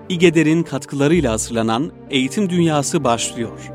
İGEDER'in katkılarıyla hazırlanan Eğitim Dünyası başlıyor.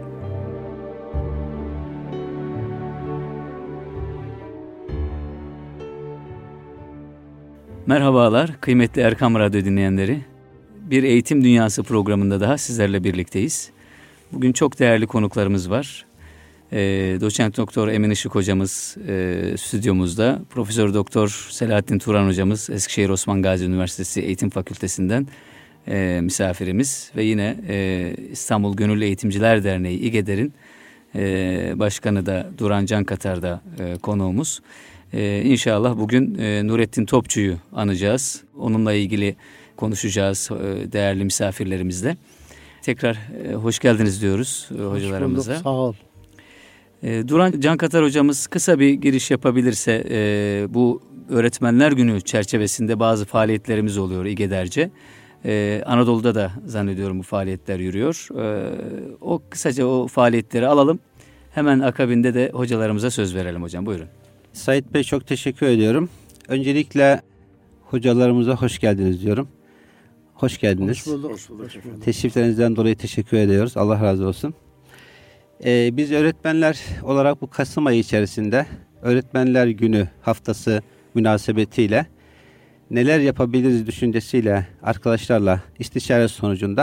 Merhabalar kıymetli Erkam Radyo dinleyenleri. Bir Eğitim Dünyası programında daha sizlerle birlikteyiz. Bugün çok değerli konuklarımız var. Doçent Doktor Emin Işık hocamız stüdyomuzda. Profesör Doktor Selahattin Turan hocamız Eskişehir Osman Gazi Üniversitesi Eğitim Fakültesinden misafirimiz. Ve yine İstanbul Gönüllü Eğitimciler Derneği İGEDER'in başkanı da Duran Cankatar'da konuğumuz. İnşallah bugün Nurettin Topçu'yu anacağız. Onunla ilgili konuşacağız değerli misafirlerimizle. Tekrar hoş geldiniz diyoruz hocalarımıza. Hoş bulduk, sağ ol. Duran Cankatar hocamız kısa bir giriş yapabilirse bu Öğretmenler Günü çerçevesinde bazı faaliyetlerimiz oluyor İGEDER'ce. Anadolu'da da zannediyorum bu faaliyetler yürüyor. Kısaca o faaliyetleri alalım. Hemen akabinde de hocalarımıza söz verelim hocam. Buyurun. Sait Bey çok teşekkür ediyorum. Öncelikle hocalarımıza hoş geldiniz diyorum. Hoş geldiniz. Hoş bulduk. Hoş bulduk. Teşriflerinizden dolayı teşekkür ediyoruz. Allah razı olsun. Biz öğretmenler olarak bu Kasım ayı içerisinde Öğretmenler Günü haftası münasebetiyle neler yapabiliriz düşüncesiyle arkadaşlarla istişare sonucunda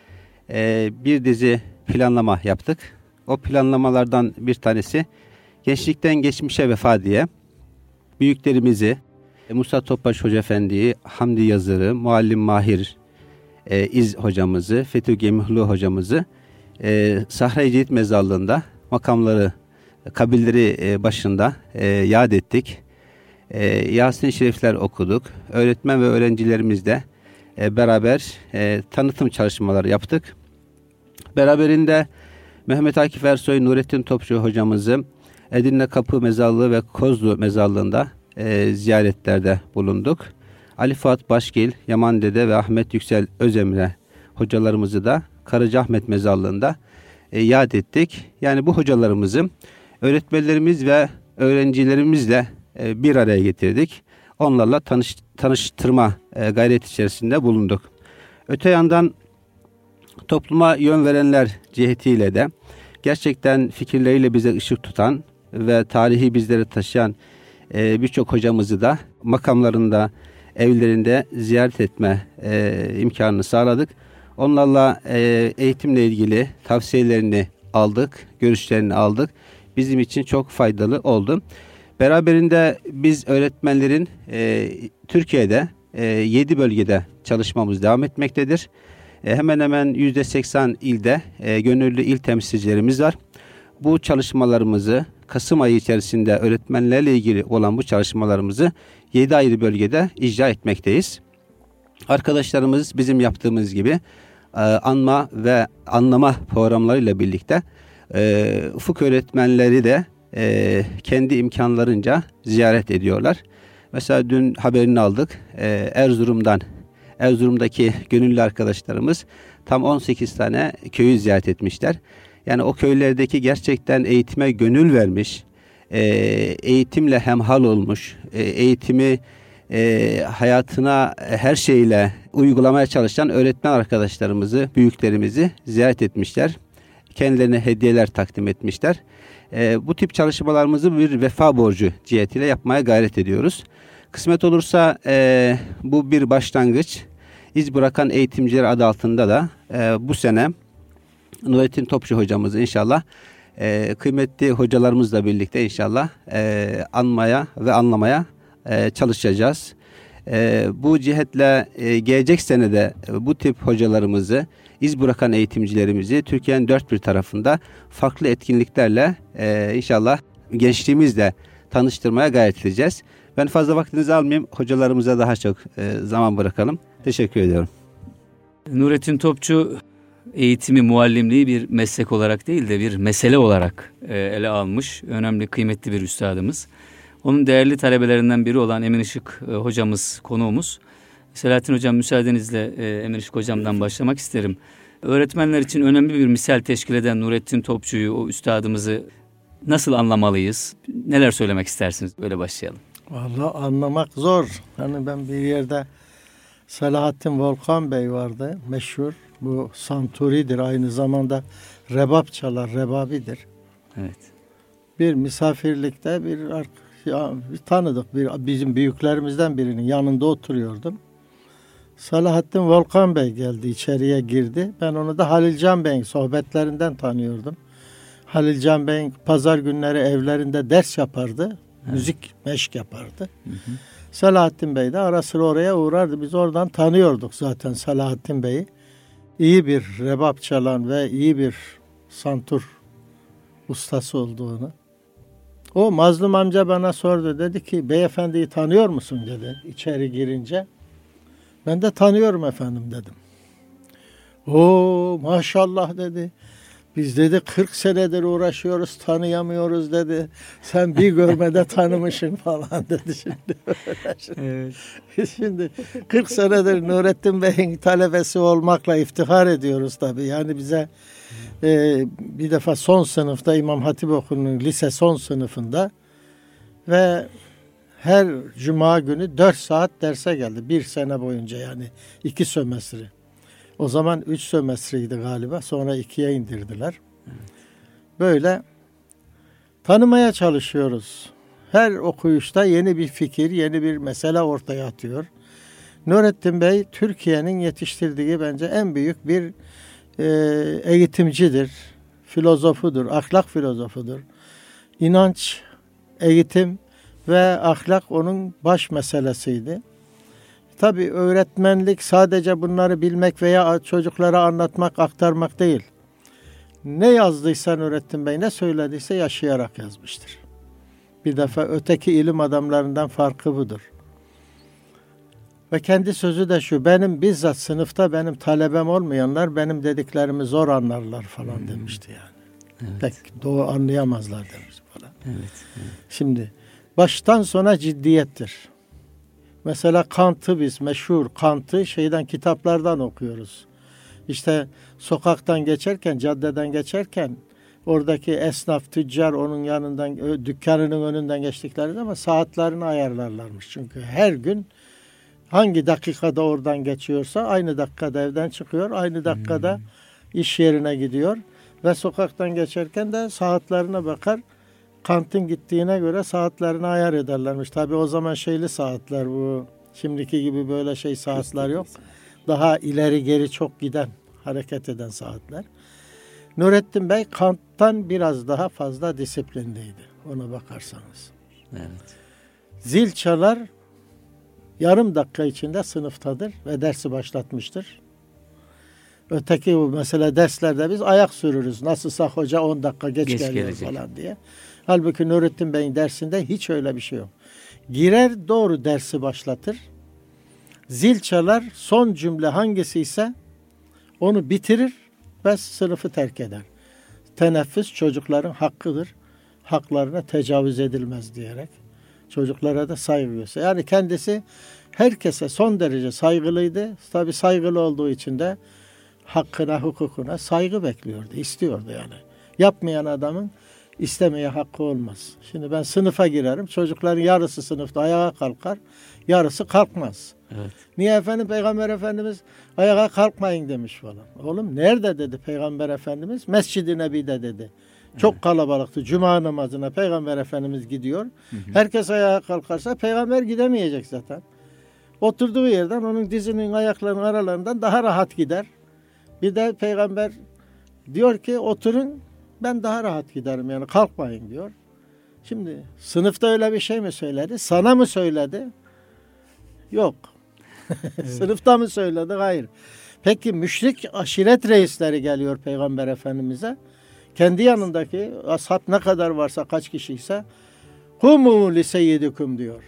bir dizi planlama yaptık. O planlamalardan bir tanesi Gençlikten Geçmişe Vefa diye büyüklerimizi Musa Topbaş Hoca Efendi'yi, Hamdi Yazır'ı, Muallim Mahir İz hocamızı, Fethü Gemihlu hocamızı Sahra-i Cirit mezarlığında makamları, kabirleri başında yad ettik. Yasin-i Şerifler okuduk. Öğretmen ve öğrencilerimizle beraber tanıtım çalışmaları yaptık. Beraberinde Mehmet Akif Ersoy, Nurettin Topçu hocamızı Edirne Kapı Mezarlığı ve Kozlu Mezarlığı'nda ziyaretlerde bulunduk. Ali Fuat Başgil, Yaman Dede ve Ahmet Yüksel Özemre hocalarımızı da Karacaahmet Mezarlığı'nda yad ettik. Yani bu hocalarımızı öğretmenlerimiz ve öğrencilerimizle bir araya getirdik. Onlarla tanıştırma gayreti içerisinde bulunduk. Öte yandan topluma yön verenler cihetiyle de gerçekten fikirleriyle bize ışık tutan ve tarihi bizlere taşıyan birçok hocamızı da makamlarında, evlerinde ziyaret etme imkanını sağladık. Onlarla eğitimle ilgili tavsiyelerini aldık, görüşlerini aldık. Bizim için çok faydalı oldu. Beraberinde biz öğretmenlerin Türkiye'de 7 bölgede çalışmamız devam etmektedir. Hemen hemen %80 ilde gönüllü il temsilcilerimiz var. Bu çalışmalarımızı Kasım ayı içerisinde öğretmenlerle ilgili olan bu çalışmalarımızı 7 ayrı bölgede icra etmekteyiz. Arkadaşlarımız bizim yaptığımız gibi anma ve anlama programlarıyla birlikte ufuk öğretmenleri de kendi imkanlarınca ziyaret ediyorlar. Mesela dün haberini aldık. Erzurum'daki gönüllü arkadaşlarımız tam 18 tane köyü ziyaret etmişler. Yani o köylerdeki gerçekten eğitime gönül vermiş, eğitimle hemhal olmuş, eğitimi hayatına her şeyle uygulamaya çalışan öğretmen arkadaşlarımızı, büyüklerimizi ziyaret etmişler. Kendilerine hediyeler takdim etmişler. Bu tip çalışmalarımızı bir vefa borcu cihetiyle yapmaya gayret ediyoruz. Kısmet olursa bu bir başlangıç. İz Bırakan Eğitimciler adı altında da bu sene Nurettin Topçu hocamızı inşallah kıymetli hocalarımızla birlikte inşallah anmaya ve anlamaya çalışacağız. Bu cihetle gelecek senede bu tip hocalarımızı, iz bırakan eğitimcilerimizi Türkiye'nin dört bir tarafında farklı etkinliklerle inşallah gençliğimizle tanıştırmaya gayret edeceğiz. Ben fazla vaktinizi almayayım. Hocalarımıza daha çok zaman bırakalım. Teşekkür ediyorum. Nurettin Topçu eğitimi, muallimliği bir meslek olarak değil de bir mesele olarak ele almış. Önemli, kıymetli bir üstadımız. Onun değerli talebelerinden biri olan Emin Işık hocamız konuğumuz. Selahattin hocam, müsaadenizle Emin Işık hocamdan başlamak isterim. Öğretmenler için önemli bir misal teşkil eden Nurettin Topçu'yu, o üstadımızı nasıl anlamalıyız? Neler söylemek istersiniz? Böyle başlayalım. Vallahi anlamak zor. Hani ben bir yerde Selahattin Volkan Bey vardı, meşhur. Bu santuridir, aynı zamanda rebap çalar, rebabidir. Evet. Bir misafirlikte bir tanıdık, bizim büyüklerimizden birinin yanında oturuyordum. Selahattin Volkan Bey geldi, içeriye girdi. Ben onu da Halilcan Bey'in sohbetlerinden tanıyordum. Halilcan Bey'in pazar günleri evlerinde ders yapardı. Evet. Müzik meşk yapardı. Hı hı. Selahattin Bey de ara sıra oraya uğrardı. Biz oradan tanıyorduk zaten Selahattin Bey'i. İyi bir rebap çalan ve iyi bir santur ustası olduğunu. O Mazlum amca bana sordu. Dedi ki beyefendiyi tanıyor musun dedi içeri girince. Ben de tanıyorum efendim dedim. Oo maşallah dedi. Biz dedi 40 senedir uğraşıyoruz, tanıyamıyoruz dedi. Sen bir görmede tanımışsın falan dedi şimdi. Evet. Şimdi 40 senedir Nurettin Bey'in talebesi olmakla iftihar ediyoruz tabii. Yani bize bir defa son sınıfta İmam Hatip Okulu'nun lise son sınıfında ve her cuma günü 4 saat derse geldi. 1 sene boyunca yani 2 sömestri. O zaman 3 sömestriydi galiba. Sonra 2'ye indirdiler. Böyle tanımaya çalışıyoruz. Her okuyuşta yeni bir fikir, yeni bir mesele ortaya atıyor. Nurettin Bey Türkiye'nin yetiştirdiği bence en büyük bir eğitimcidir. Filozofudur, ahlak filozofudur. İnanç, eğitim ve ahlak onun baş meselesiydi. Tabii öğretmenlik sadece bunları bilmek veya çocuklara anlatmak, aktarmak değil. Ne yazdıysa Nurettin Bey, ne söylediyse yaşayarak yazmıştır. Bir defa öteki ilim adamlarından farkı budur. Ve kendi sözü de şu, benim bizzat sınıfta benim talebem olmayanlar benim dediklerimi zor anlarlar falan demişti yani. Evet. Pek doğru anlayamazlar demiş falan. Evet. Şimdi baştan sona ciddiyettir. Mesela Kant'ı biz meşhur Kant'ı kitaplardan okuyoruz. İşte sokaktan geçerken, caddeden geçerken oradaki esnaf, tüccar onun yanından, dükkanının önünden geçtikleri zaman saatlerini ayarlarlarmış. Çünkü her gün hangi dakikada oradan geçiyorsa aynı dakikada evden çıkıyor, aynı dakikada iş yerine gidiyor ve sokaktan geçerken de saatlerine bakar. Kant'ın gittiğine göre saatlerini ayar ederlermiş. Tabii o zaman saatler, bu şimdiki gibi böyle saatler yok. Daha ileri geri çok giden, hareket eden saatler. Nurettin Bey Kant'tan biraz daha fazla disiplinliydi. Ona bakarsanız. Evet. Zil çalar, yarım dakika içinde sınıftadır ve dersi başlatmıştır. Öteki mesela derslerde biz ayak sürürüz. Nasılsa hoca 10 dakika geç geliyor gelecek falan diye. Halbuki Nurettin Bey'in dersinde hiç öyle bir şey yok. Girer doğru dersi başlatır. Zil çalar, son cümle hangisi ise onu bitirir ve sınıfı terk eder. Teneffüs çocukların hakkıdır. Haklarına tecavüz edilmez diyerek. Çocuklara da saygı gösteriyor. Yani kendisi herkese son derece saygılıydı. Tabii saygılı olduğu için de hakkına, hukukuna saygı bekliyordu, istiyordu yani. Yapmayan adamın istemeye hakkı olmaz. Şimdi ben sınıfa girerim, çocukların yarısı sınıfta ayağa kalkar, yarısı kalkmaz. Evet. Niye efendim? Peygamber Efendimiz ayağa kalkmayın demiş falan. Oğlum nerede dedi Peygamber Efendimiz? Mescid-i Nebi'de dedi. Çok kalabalıktı. Cuma namazına Peygamber Efendimiz gidiyor. Herkes ayağa kalkarsa peygamber gidemeyecek zaten. Oturduğu yerden onun dizinin, ayaklarının aralarından daha rahat gider. Bir de peygamber diyor ki oturun, ben daha rahat giderim yani kalkmayın diyor. Şimdi sınıfta öyle bir şey mi söyledi? Sana mı söyledi? Yok. Sınıfta mı söyledi? Hayır. Peki müşrik aşiret reisleri geliyor Peygamber Efendimiz'e. Kendi yanındaki ashab ne kadar varsa, kaç kişiyse humu li seyyidikum diyor.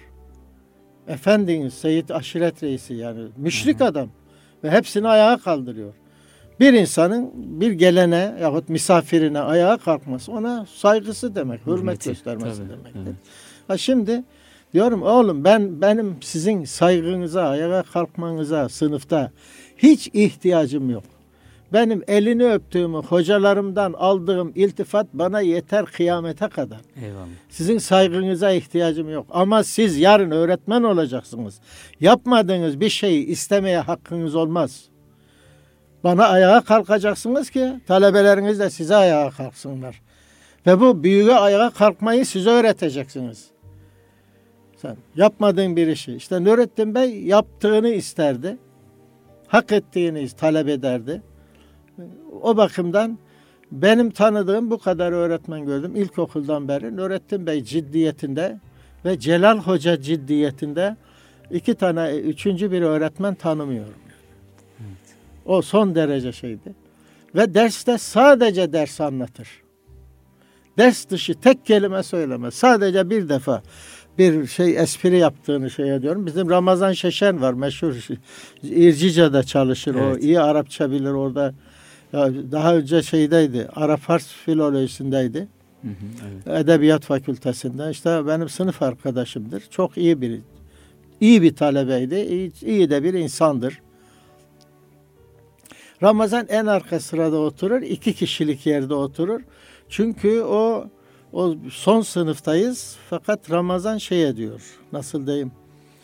Efendiniz, seyyid aşiret reisi yani müşrik adam ve hepsini ayağa kaldırıyor. Bir insanın bir gelene yahut misafirine ayağa kalkması ona saygısı demek, hürmet göstermesi demektir. Evet. Ha şimdi diyorum oğlum benim sizin saygınıza, ayağa kalkmanıza sınıfta hiç ihtiyacım yok. Benim elini öptüğümü, hocalarımdan aldığım iltifat bana yeter kıyamete kadar. Eyvallah. Sizin saygınıza ihtiyacım yok. Ama siz yarın öğretmen olacaksınız. Yapmadığınız bir şeyi istemeye hakkınız olmaz. Bana ayağa kalkacaksınız ki talebeleriniz de size ayağa kalksınlar. Ve bu büyüğe ayağa kalkmayı size öğreteceksiniz. Sen yapmadığın bir işi. İşte Nurettin Bey yaptığını isterdi. Hak ettiğini talep ederdi. O bakımdan benim tanıdığım bu kadar öğretmen gördüm. İlkokuldan beri Nurettin Bey ciddiyetinde ve Celal Hoca ciddiyetinde 2 tane, 3. bir öğretmen tanımıyorum. Evet. O son derece şeydi. Ve derste sadece ders anlatır. Ders dışı tek kelime söylemez. Sadece bir defa bir espri yaptığını ediyorum. Bizim Ramazan Şeşen var, meşhur İrcica'da çalışır. Evet. O iyi Arapça bilir orada. Daha önce Arap-Fars filolojisindeydi. Evet. Edebiyat Fakültesinde. İşte benim sınıf arkadaşımdır. Çok iyi bir talebeydi. İyi de bir insandır. Ramazan en arka sırada oturur. 2 kişilik yerde oturur. Çünkü o son sınıftayız. Fakat Ramazan diyor. Nasıl diyeyim?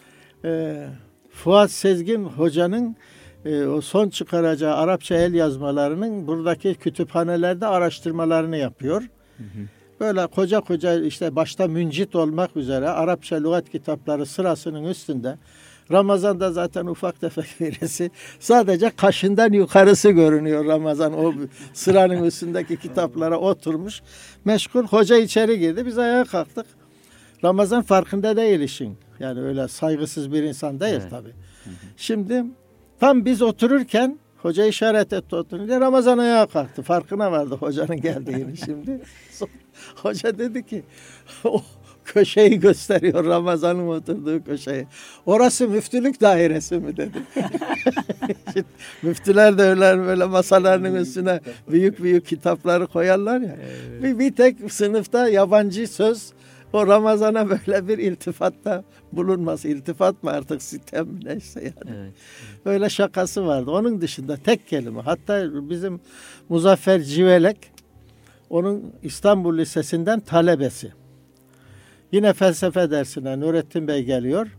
Fuat Sezgin Hoca'nın o son çıkaracağı Arapça el yazmalarının buradaki kütüphanelerde araştırmalarını yapıyor. Hı hı. Böyle koca işte başta müncit olmak üzere Arapça lügat kitapları sırasının üstünde. Ramazan'da zaten ufak tefek birisi. Sadece kaşından yukarısı görünüyor Ramazan. O sıranın üstündeki kitaplara oturmuş. Meşgul. Hoca içeri girdi. Biz ayağa kalktık. Ramazan farkında değil işin. Yani öyle saygısız bir insan değil tabii. Hı hı. Şimdi tam biz otururken hoca işaret etti oturunca Ramazan ayağa kalktı. Farkına vardı hocanın geldiğini şimdi. Hoca dedi ki o köşeyi gösteriyor, Ramazan'ın oturduğu köşeyi. Orası müftülük dairesi mi dedi. Şimdi, müftüler de öyle böyle masalarının üstüne büyük kitapları koyarlar ya. Evet. Bir tek sınıfta yabancı söz o Ramazan'a böyle bir iltifatta bulunması. İltifat mı artık, sitem mi neyse yani. Evet. Böyle şakası vardı. Onun dışında tek kelime. Hatta bizim Muzaffer Civelek onun İstanbul Lisesi'nden talebesi. Yine felsefe dersine Nurettin Bey geliyor.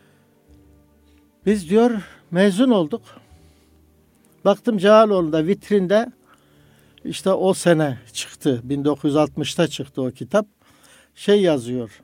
Biz diyor mezun olduk. Baktım Cağaloğlu'nda vitrinde işte o sene çıktı. 1960'ta çıktı o kitap. Yazıyor.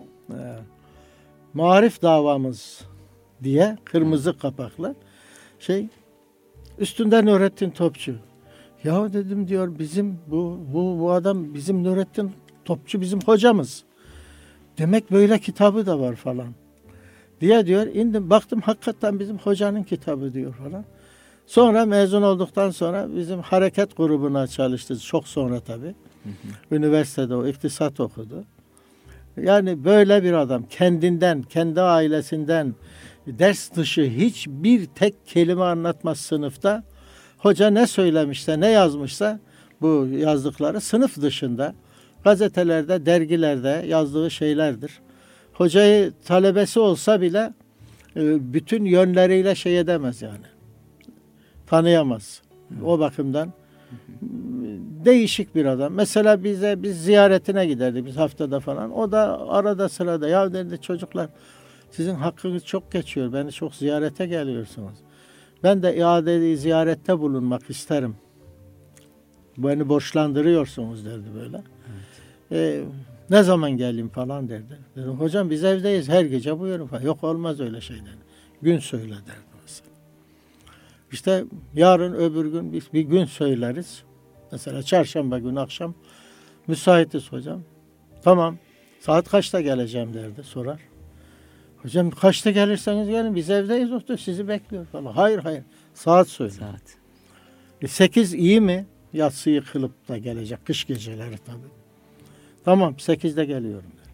Marif davamız diye kırmızı kapaklı üstünde Nurettin Topçu. Ya dedim diyor bizim bu adam bizim Nurettin Topçu bizim hocamız. Demek böyle kitabı da var falan. Diyor indim baktım hakikaten bizim hocanın kitabı diyor falan. Sonra mezun olduktan sonra bizim hareket grubuna çalıştı. Çok sonra tabii. Hı hı. Üniversitede o iktisat okudu. Yani böyle bir adam kendinden, kendi ailesinden ders dışı hiçbir tek kelime anlatmaz sınıfta. Hoca ne söylemişse, ne yazmışsa bu yazdıkları sınıf dışında gazetelerde, dergilerde yazdığı şeylerdir. Hocayı talebesi olsa bile bütün yönleriyle edemez yani. Tanıyamaz. O bakımdan değişik bir adam. Mesela biz ziyaretine giderdik biz haftada falan. O da arada sırada ya dedi çocuklar sizin hakkınız çok geçiyor. Beni çok ziyarete geliyorsunuz. Ben de iade ziyarette bulunmak isterim. Beni borçlandırıyorsunuz derdi böyle. Evet. Ne zaman geleyim falan derdi. Dedim hocam biz evdeyiz her gece buyurun falan. Yok olmaz öyle şeyler. Gün söyle derdi mesela. İşte yarın öbür gün biz bir gün söyleriz. Mesela çarşamba günü akşam müsaitiz hocam. Tamam. Saat kaçta geleceğim derdi sorar. Hocam kaçta gelirseniz gelin biz evdeyiz otur sizi bekliyor falan. Hayır. Saat söyle. Saat. 8 iyi mi? Yatsıyı kılıp da gelecek. Kış geceleri tabii. Tamam 8'de geliyorum der.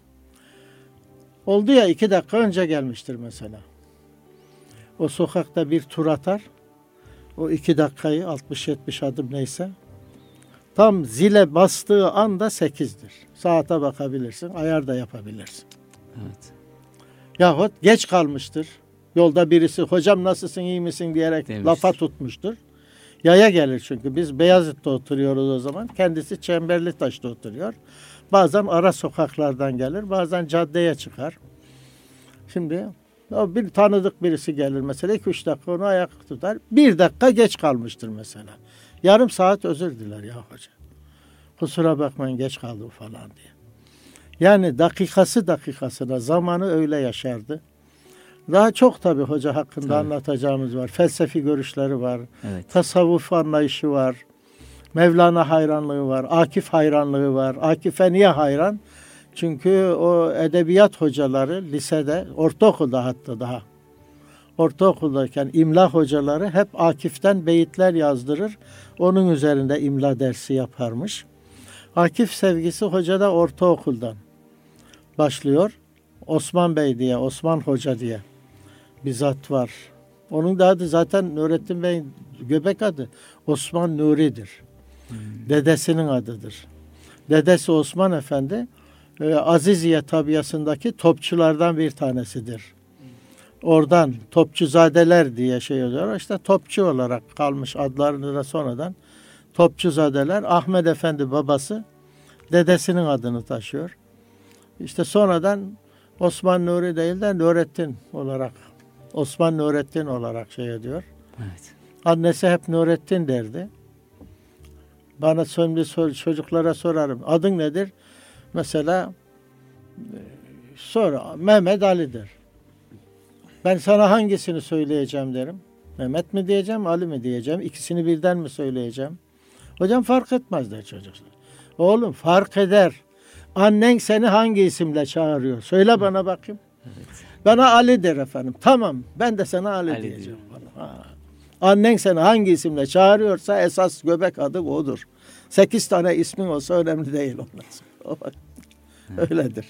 Oldu ya 2 dakika önce gelmiştir mesela. O sokakta bir tur atar. O 2 dakikayı 60-70 adım neyse. Tam zile bastığı anda 8'dir. Saate bakabilirsin. Ayar da yapabilirsin. Evet. Yahut geç kalmıştır. Yolda birisi hocam nasılsın iyi misin diyerek demiştir. Lafa tutmuştur. Yaya gelir çünkü biz Beyazıt'ta oturuyoruz o zaman. Kendisi Çemberlitaş'ta oturuyor. Bazen ara sokaklardan gelir, bazen caddeye çıkar. Şimdi o bir tanıdık birisi gelir mesela 2-3 dakika onu ayak tutar. 1 dakika geç kalmıştır mesela. Yarım saat özür diler ya hoca. Kusura bakmayın geç kaldım falan diye. Yani dakikasına zamanı öyle yaşardı. Daha çok tabii hoca hakkında anlatacağımız var. Felsefi görüşleri var. Evet. Tasavvuf anlayışı var. Mevlana hayranlığı var. Akif hayranlığı var. Akif'e niye hayran? Çünkü o edebiyat hocaları lisede, ortaokulda hatta daha. Ortaokuldayken imla hocaları hep Akif'ten beyitler yazdırır. Onun üzerinde imla dersi yaparmış. Akif sevgisi hocada ortaokuldan başlıyor. Osman Bey diye, Osman Hoca diye bir zat var. Onun da adı zaten Nurettin Bey'in göbek adı Osman Nuri'dir. Dedesinin adıdır. Dedesi Osman Efendi Aziziye tabiasındaki topçulardan bir tanesidir. Oradan Topçuzadeler diye şey oluyor. İşte topçu olarak kalmış adlarını da sonradan Topçuzadeler. Ahmet Efendi babası dedesinin adını taşıyor. İşte sonradan Osman Nuri değil de Nurettin olarak Osman Nurettin olarak şey ediyor. Evet. Annesi hep Nurettin derdi. Bana şimdi çocuklara sorarım. Adın nedir? Mesela sonra Mehmet Ali'dir. Ben sana hangisini söyleyeceğim derim. Mehmet mi diyeceğim, Ali mi diyeceğim? İkisini birden mi söyleyeceğim? Hocam fark etmez der çocuklar. Oğlum fark eder. Annen seni hangi isimle çağırıyor? Söyle bana bakayım. Evet. Bana Ali der efendim. Tamam ben de sana Ali diyeceğim. Annen seni hangi isimle çağırıyorsa esas göbek adı odur. 8 tane ismin olsa önemli değil ondan. Öyledir.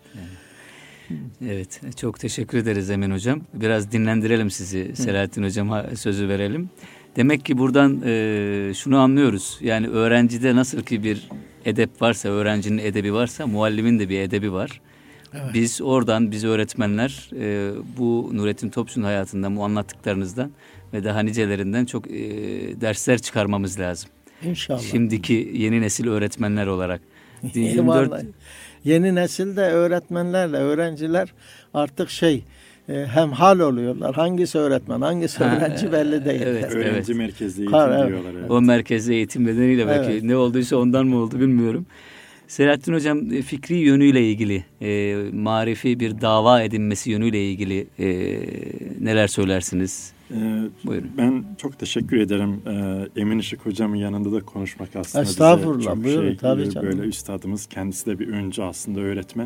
Evet, çok teşekkür ederiz Emin Hocam. Biraz dinlendirelim sizi. Selahattin Hocam'a sözü verelim. Demek ki buradan şunu anlıyoruz. Yani öğrencide nasıl ki bir edep varsa, öğrencinin edebi varsa, muallimin de bir edebi var. Evet. Biz öğretmenler bu Nurettin Topçu'nun hayatından, bu anlattıklarınızdan ve daha nicelerinden çok dersler çıkarmamız lazım. İnşallah. Şimdiki yeni nesil öğretmenler olarak. Yeni nesilde öğretmenlerle öğrenciler artık hemhal oluyorlar. Hangisi öğretmen, hangisi öğrenci belli değil. Evet, öğrenci merkezli eğitim diyorlar. Evet. O merkezli eğitim nedeniyle belki ne olduysa ondan mı oldu bilmiyorum. Selahattin Hocam fikri yönüyle ilgili, marifi bir dava edinmesi yönüyle ilgili neler söylersiniz? Buyurun. Ben çok teşekkür ederim. Emin Işık Hocam'ın yanında da konuşmak aslında estağfurullah, bize buyurun, çok tabii canım. Böyle üstadımız, kendisi de bir öncü aslında öğretmen.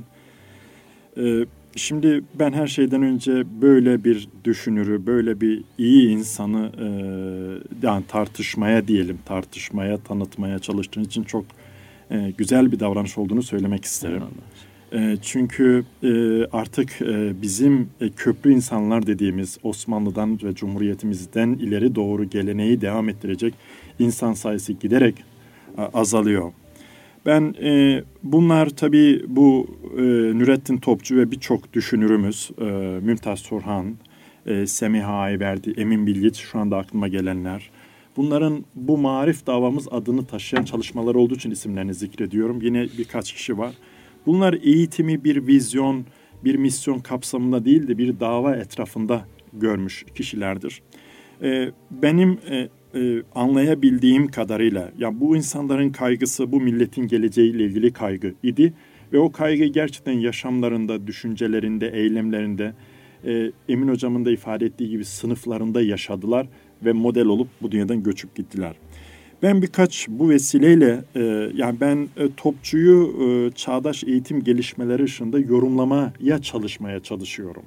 Şimdi ben her şeyden önce böyle bir düşünürü, böyle bir iyi insanı yani tartışmaya, tanıtmaya çalıştığın için çok güzel bir davranış olduğunu söylemek isterim. Çünkü artık bizim köprü insanlar dediğimiz Osmanlı'dan ve Cumhuriyetimizden ileri doğru geleneği devam ettirecek insan sayısı giderek azalıyor. Ben bunlar tabii bu Nurettin Topçu ve birçok düşünürümüz Mümtaz Sorhan, Semiha Ayverdi, Emin Bilgiç şu anda aklıma gelenler. Bunların bu marif davamız adını taşıyan çalışmaları olduğu için isimlerini zikrediyorum. Yine birkaç kişi var. Bunlar eğitimi bir vizyon, bir misyon kapsamında değil de bir dava etrafında görmüş kişilerdir. Benim anlayabildiğim kadarıyla ya bu insanların kaygısı bu milletin geleceğiyle ilgili kaygı idi. Ve o kaygı gerçekten yaşamlarında, düşüncelerinde, eylemlerinde Emin Hocam'ın da ifade ettiği gibi sınıflarında yaşadılar ve model olup bu dünyadan göçüp gittiler. Ben bu vesileyle yani ben Topçu'yu çağdaş eğitim gelişmeleri ışığında yorumlamaya çalışıyorum.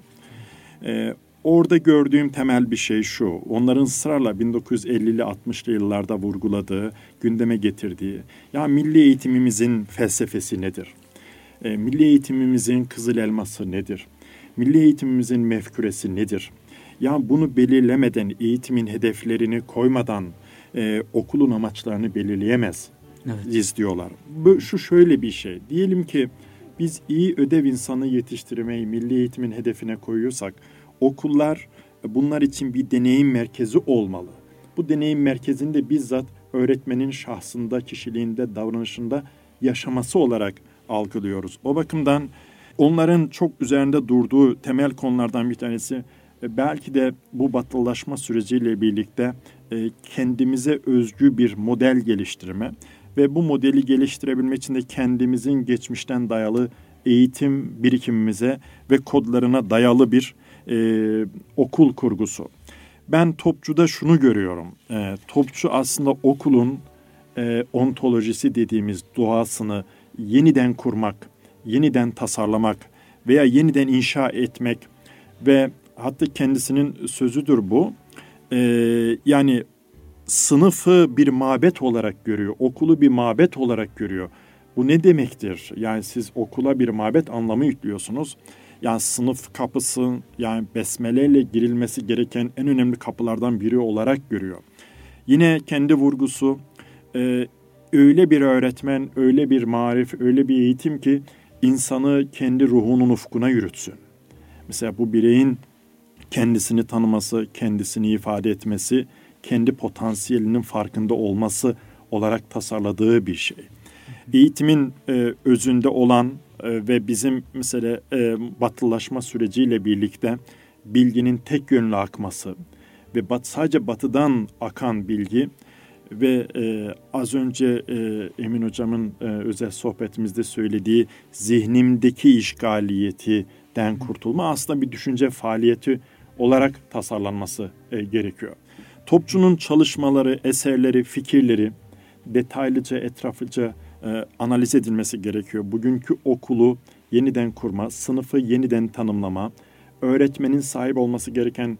Orada gördüğüm temel bir şey şu, onların ısrarla 1950'li 60'lı yıllarda vurguladığı, gündeme getirdiği, ya milli eğitimimizin felsefesi nedir? Milli eğitimimizin kızıl elması nedir? Milli eğitimimizin mefküresi nedir? Ya bunu belirlemeden, eğitimin hedeflerini koymadan okulun amaçlarını belirleyemez diyorlar. Şu şöyle bir şey, diyelim ki biz iyi ödev insanı yetiştirmeyi milli eğitimin hedefine koyuyorsak, okullar bunlar için bir deneyim merkezi olmalı. bu deneyim merkezinde bizzat öğretmenin şahsında, kişiliğinde, davranışında yaşaması olarak algılıyoruz. O bakımdan onların çok üzerinde durduğu temel konulardan bir tanesi belki de bu batılılaşma süreciyle birlikte kendimize özgü bir model geliştirme ve bu modeli geliştirebilmek için de kendimizin geçmişten dayalı eğitim birikimimize ve kodlarına dayalı bir okul kurgusu. Ben Topçu'da şunu görüyorum. Topçu aslında okulun ontolojisi dediğimiz doğasını yeniden kurmak, yeniden tasarlamak veya yeniden inşa etmek ve hatta kendisinin sözüdür bu. Yani sınıfı bir mabet olarak görüyor, okulu bir mabet olarak görüyor. Bu ne demektir? Yani siz okula bir mabet anlamı yüklüyorsunuz. Yani sınıf kapısı, yani besmeleyle girilmesi gereken en önemli kapılardan biri olarak görüyor. Yine kendi vurgusu, öyle bir öğretmen, öyle bir marif, öyle bir eğitim ki insanı kendi ruhunun ufkuna yürütsün. Mesela bu bireyin kendisini tanıması, kendisini ifade etmesi, kendi potansiyelinin farkında olması olarak tasarladığı bir şey. Eğitimin özünde olan ve bizim mesela batılılaşma süreciyle birlikte bilginin tek yönlü akması ve sadece batıdan akan bilgi ve az önce Emin Hocam'ın özel sohbetimizde söylediği zihnimdeki işgaliyetinden kurtulma aslında bir düşünce faaliyeti olarak tasarlanması gerekiyor. Topçu'nun çalışmaları, eserleri, fikirleri detaylıca, etraflıca analiz edilmesi gerekiyor. Bugünkü okulu yeniden kurma, sınıfı yeniden tanımlama, öğretmenin sahip olması gereken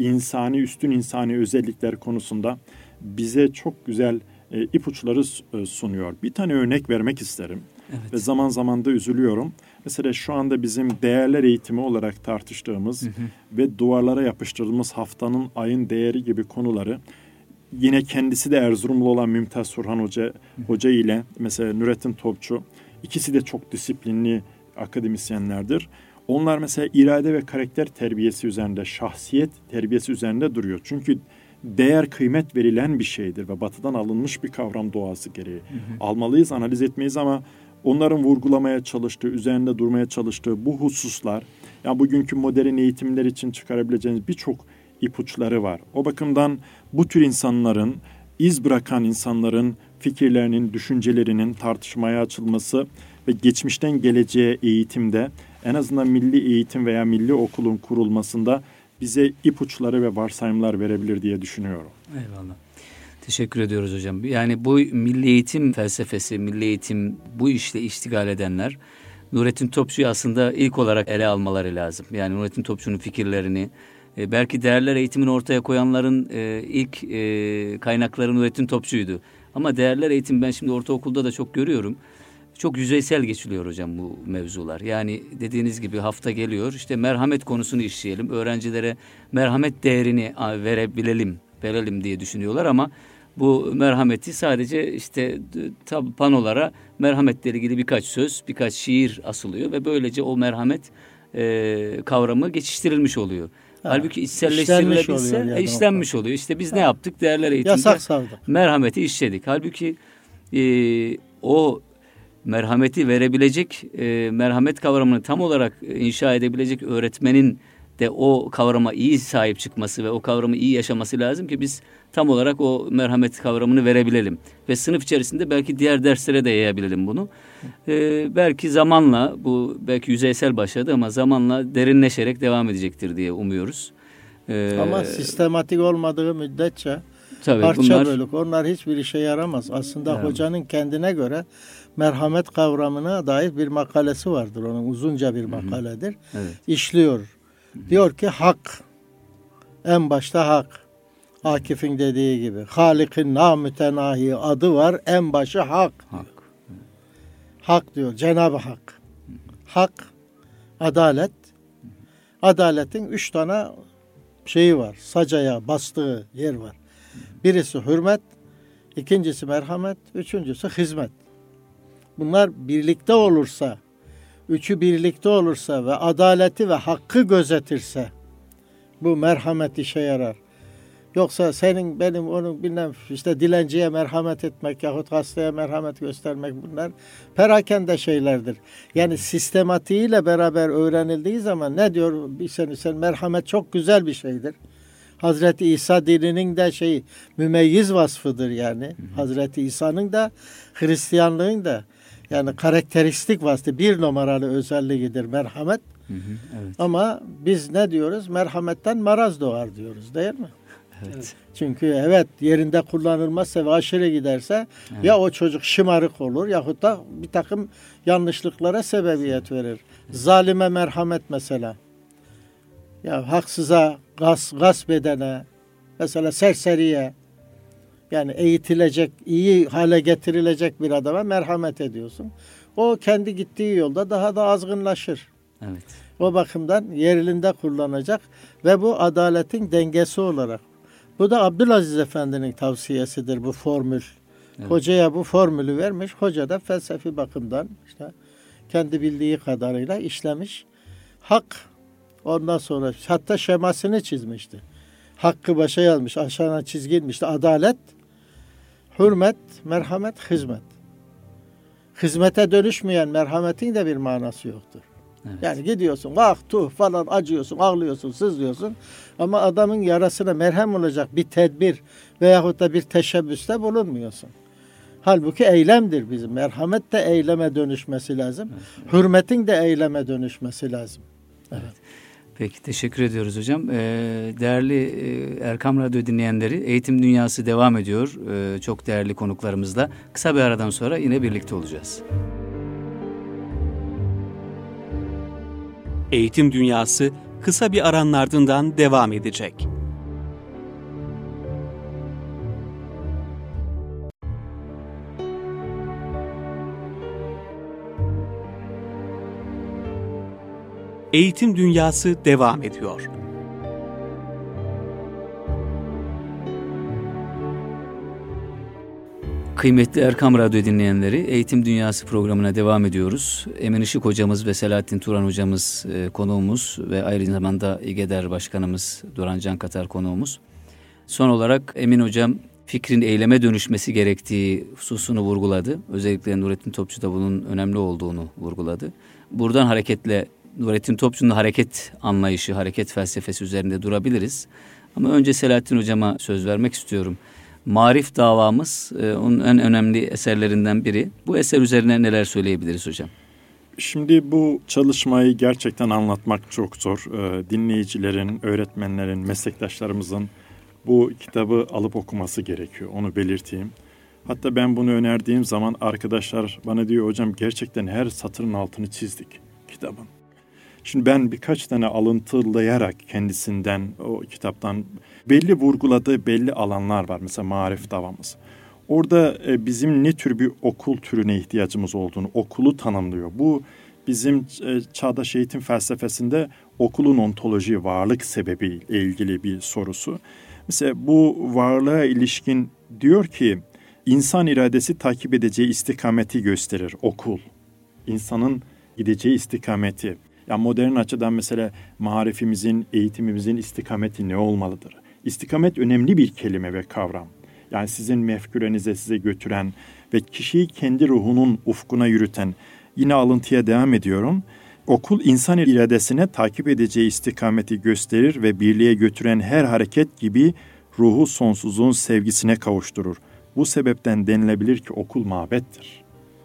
üstün insani özellikler konusunda bize çok güzel ipuçları sunuyor. Bir tane örnek vermek isterim. Evet. Ve zaman zaman da üzülüyorum. Mesela şu anda bizim değerler eğitimi olarak tartıştığımız ve duvarlara yapıştırdığımız haftanın ayın değeri gibi konuları yine kendisi de Erzurumlu olan Mümtaz Surhan Hoca ile mesela Nurettin Topçu, ikisi de çok disiplinli akademisyenlerdir. Onlar mesela irade ve karakter terbiyesi üzerinde, şahsiyet terbiyesi üzerinde duruyor. Çünkü değer, kıymet verilen bir şeydir ve batıdan alınmış bir kavram doğası gereği. Almalıyız, analiz etmeyiz ama onların vurgulamaya çalıştığı, üzerinde durmaya çalıştığı bu hususlar, yani bugünkü modern eğitimler için çıkarabileceğiniz birçok ipuçları var. O bakımdan bu tür insanların, iz bırakan insanların fikirlerinin, düşüncelerinin tartışmaya açılması ve geçmişten geleceğe eğitimde, en azından milli eğitim veya milli okulun kurulmasında bize ipuçları ve varsayımlar verebilir diye düşünüyorum. Eyvallah. Teşekkür ediyoruz hocam. Yani bu milli eğitim felsefesi, milli eğitim bu işle iştigal edenler Nurettin Topçu'yu aslında ilk olarak ele almaları lazım. Yani Nurettin Topçu'nun fikirlerini, belki değerler eğitimini ortaya koyanların ilk kaynakları Nurettin Topçu'ydu. Ama değerler eğitim ben şimdi ortaokulda da çok görüyorum. Çok yüzeysel geçiliyor hocam bu mevzular. Yani dediğiniz gibi hafta geliyor, işte merhamet konusunu işleyelim. Öğrencilere merhamet değerini verelim diye düşünüyorlar ama bu merhameti sadece işte panolara merhametle ilgili birkaç söz, birkaç şiir asılıyor ve böylece o merhamet kavramı geçiştirilmiş oluyor. Halbuki içselleştirilebilse işlenmiş oluyor. İşte biz ne yaptık? Değerler eğitimde merhameti işledik. Halbuki o merhameti verebilecek, merhamet kavramını tam olarak inşa edebilecek öğretmenin de o kavrama iyi sahip çıkması ve o kavramı iyi yaşaması lazım ki biz tam olarak o merhamet kavramını verebilelim. Ve sınıf içerisinde belki diğer derslere de yayabilelim bunu. Belki zamanla, bu belki yüzeysel başladı ama zamanla derinleşerek devam edecektir diye umuyoruz. Ama sistematik olmadığı müddetçe parça bölük onlar hiçbir işe yaramaz. Aslında hocanın kendine göre merhamet kavramına dair bir makalesi vardır. Onun uzunca bir makaledir. Evet. İşliyor. Diyor ki hak. En başta hak. Akif'in dediği gibi. Halik'in namütenahi adı var. En başı hak. Hak diyor. Cenab-ı Hak. Hak, adalet. Adaletin 3 tane şeyi var. Sacaya bastığı yer var. Birisi hürmet, ikincisi merhamet, üçüncüsü hizmet. Bunlar birlikte olursa, üçü birlikte olursa ve adaleti ve hakkı gözetirse bu merhamet işe yarar. Yoksa senin, benim, onun bilmem işte dilenciye merhamet etmek yahut hastaya merhamet göstermek, bunlar perakende şeylerdir. Yani sistematiğiyle beraber öğrenildiği zaman ne diyor? Sen merhamet çok güzel bir şeydir. Hazreti İsa dininin de mümeyyiz vasfıdır yani. Hazreti İsa'nın da Hristiyanlığın da yani karakteristik vasfı, bir numaralı özelliğidir merhamet. Evet. Ama biz ne diyoruz? Merhametten maraz doğar diyoruz, değil mi? Evet. Çünkü yerinde kullanılmazsa ve aşırı giderse ya o çocuk şımarık olur yahut da bir takım yanlışlıklara sebebiyet verir. Zalime merhamet mesela. Ya haksıza, gasp edene, mesela serseriye, yani eğitilecek, iyi hale getirilecek bir adama merhamet ediyorsun. O kendi gittiği yolda daha da azgınlaşır. Evet. O bakımdan yerinde kullanacak ve bu adaletin dengesi olarak. Bu da Abdülaziz Efendi'nin tavsiyesidir, bu formül. Evet. Hocaya bu formülü vermiş. Hoca da felsefi bakımdan işte kendi bildiği kadarıyla işlemiş. Hak, ondan sonra hatta şemasını çizmişti. Hakkı başa yazmış, aşağına çizgilmişti. Adalet, hürmet, merhamet, hizmet. Hizmete dönüşmeyen merhametin de bir manası yoktur. Evet. Yani gidiyorsun, falan acıyorsun, ağlıyorsun, sızlıyorsun. Ama adamın yarasına merhem olacak bir tedbir veyahut da bir teşebbüste bulunmuyorsun. Halbuki eylemdir bizim. Merhamet de eyleme dönüşmesi lazım. Evet. Hürmetin de eyleme dönüşmesi lazım. Evet. Peki, teşekkür ediyoruz hocam. Değerli Erkam Radyo dinleyenleri, Eğitim Dünyası devam ediyor. Çok değerli konuklarımızla. Kısa bir aradan sonra yine birlikte olacağız. Eğitim Dünyası kısa bir aranın ardından devam edecek. Eğitim Dünyası devam ediyor. Kıymetli Erkam Radyo dinleyenleri, Eğitim Dünyası programına devam ediyoruz. Emin Işık hocamız ve Selahattin Turan hocamız konuğumuz ve aynı zamanda İGEDER Başkanımız Duran Cankatar konuğumuz. Son olarak Emin hocam fikrin eyleme dönüşmesi gerektiği hususunu vurguladı. Özellikle Nurettin Topçu da bunun önemli olduğunu vurguladı. Buradan hareketle Nurettin Topçu'nun hareket anlayışı, hareket felsefesi üzerinde durabiliriz. Ama önce Selahattin hocama söz vermek istiyorum. Marif Davamız onun en önemli eserlerinden biri. Bu eser üzerine neler söyleyebiliriz hocam? Şimdi bu çalışmayı gerçekten anlatmak çok zor. Dinleyicilerin, öğretmenlerin, meslektaşlarımızın bu kitabı alıp okuması gerekiyor. Onu belirteyim. Hatta ben bunu önerdiğim zaman arkadaşlar bana diyor, hocam gerçekten her satırın altını çizdik kitabın. Şimdi ben birkaç tane alıntılayarak kendisinden, o kitaptan belli vurguladığı belli alanlar var. Mesela Marif Davamız. Orada bizim ne tür bir okul türüne ihtiyacımız olduğunu, okulu tanımlıyor. Bu bizim çağdaş eğitim felsefesinde okulun ontoloji, varlık sebebiyle ilgili bir sorusu. Mesela bu varlığa ilişkin diyor ki, insan iradesi takip edeceği istikameti gösterir okul. İnsanın gideceği istikameti. Yani modern açıdan mesela marifimizin, eğitimimizin istikameti ne olmalıdır? İstikamet önemli bir kelime ve kavram. Yani sizin mefkürenize size götüren ve kişiyi kendi ruhunun ufkuna yürüten, yine alıntıya devam ediyorum. Okul insan iradesine takip edeceği istikameti gösterir ve birliğe götüren her hareket gibi ruhu sonsuzluğun sevgisine kavuşturur. Bu sebepten denilebilir ki okul mabettir.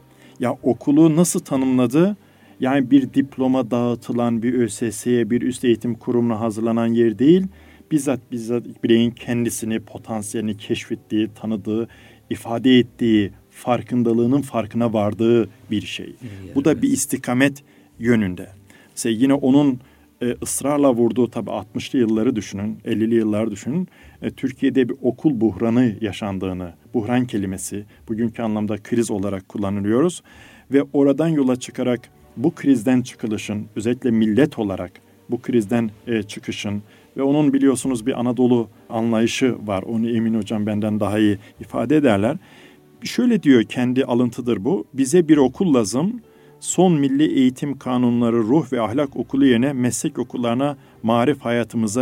Ya okulu nasıl tanımladı? Yani bir diploma dağıtılan bir ÖSS'ye, bir üst eğitim kurumuna hazırlanan yer değil, bizzat bireyin kendisini, potansiyelini keşfettiği, tanıdığı, ifade ettiği, farkındalığının farkına vardığı bir şey. Bu da bir istikamet yönünde. Mesela yine onun ısrarla vurduğu, tabii 60'lı yılları düşünün, 50'li yılları düşünün. Türkiye'de bir okul buhranı yaşandığını, buhran kelimesi bugünkü anlamda kriz olarak kullanılıyoruz. Ve oradan yola çıkarak bu krizden çıkılışın, özellikle millet olarak bu krizden çıkışın ve onun biliyorsunuz bir Anadolu anlayışı var. Onu Emin hocam benden daha iyi ifade ederler. Şöyle diyor, kendi alıntıdır bu. Bize bir okul lazım. Son milli eğitim kanunları ruh ve ahlak okulu yerine meslek okullarına marif hayatımıza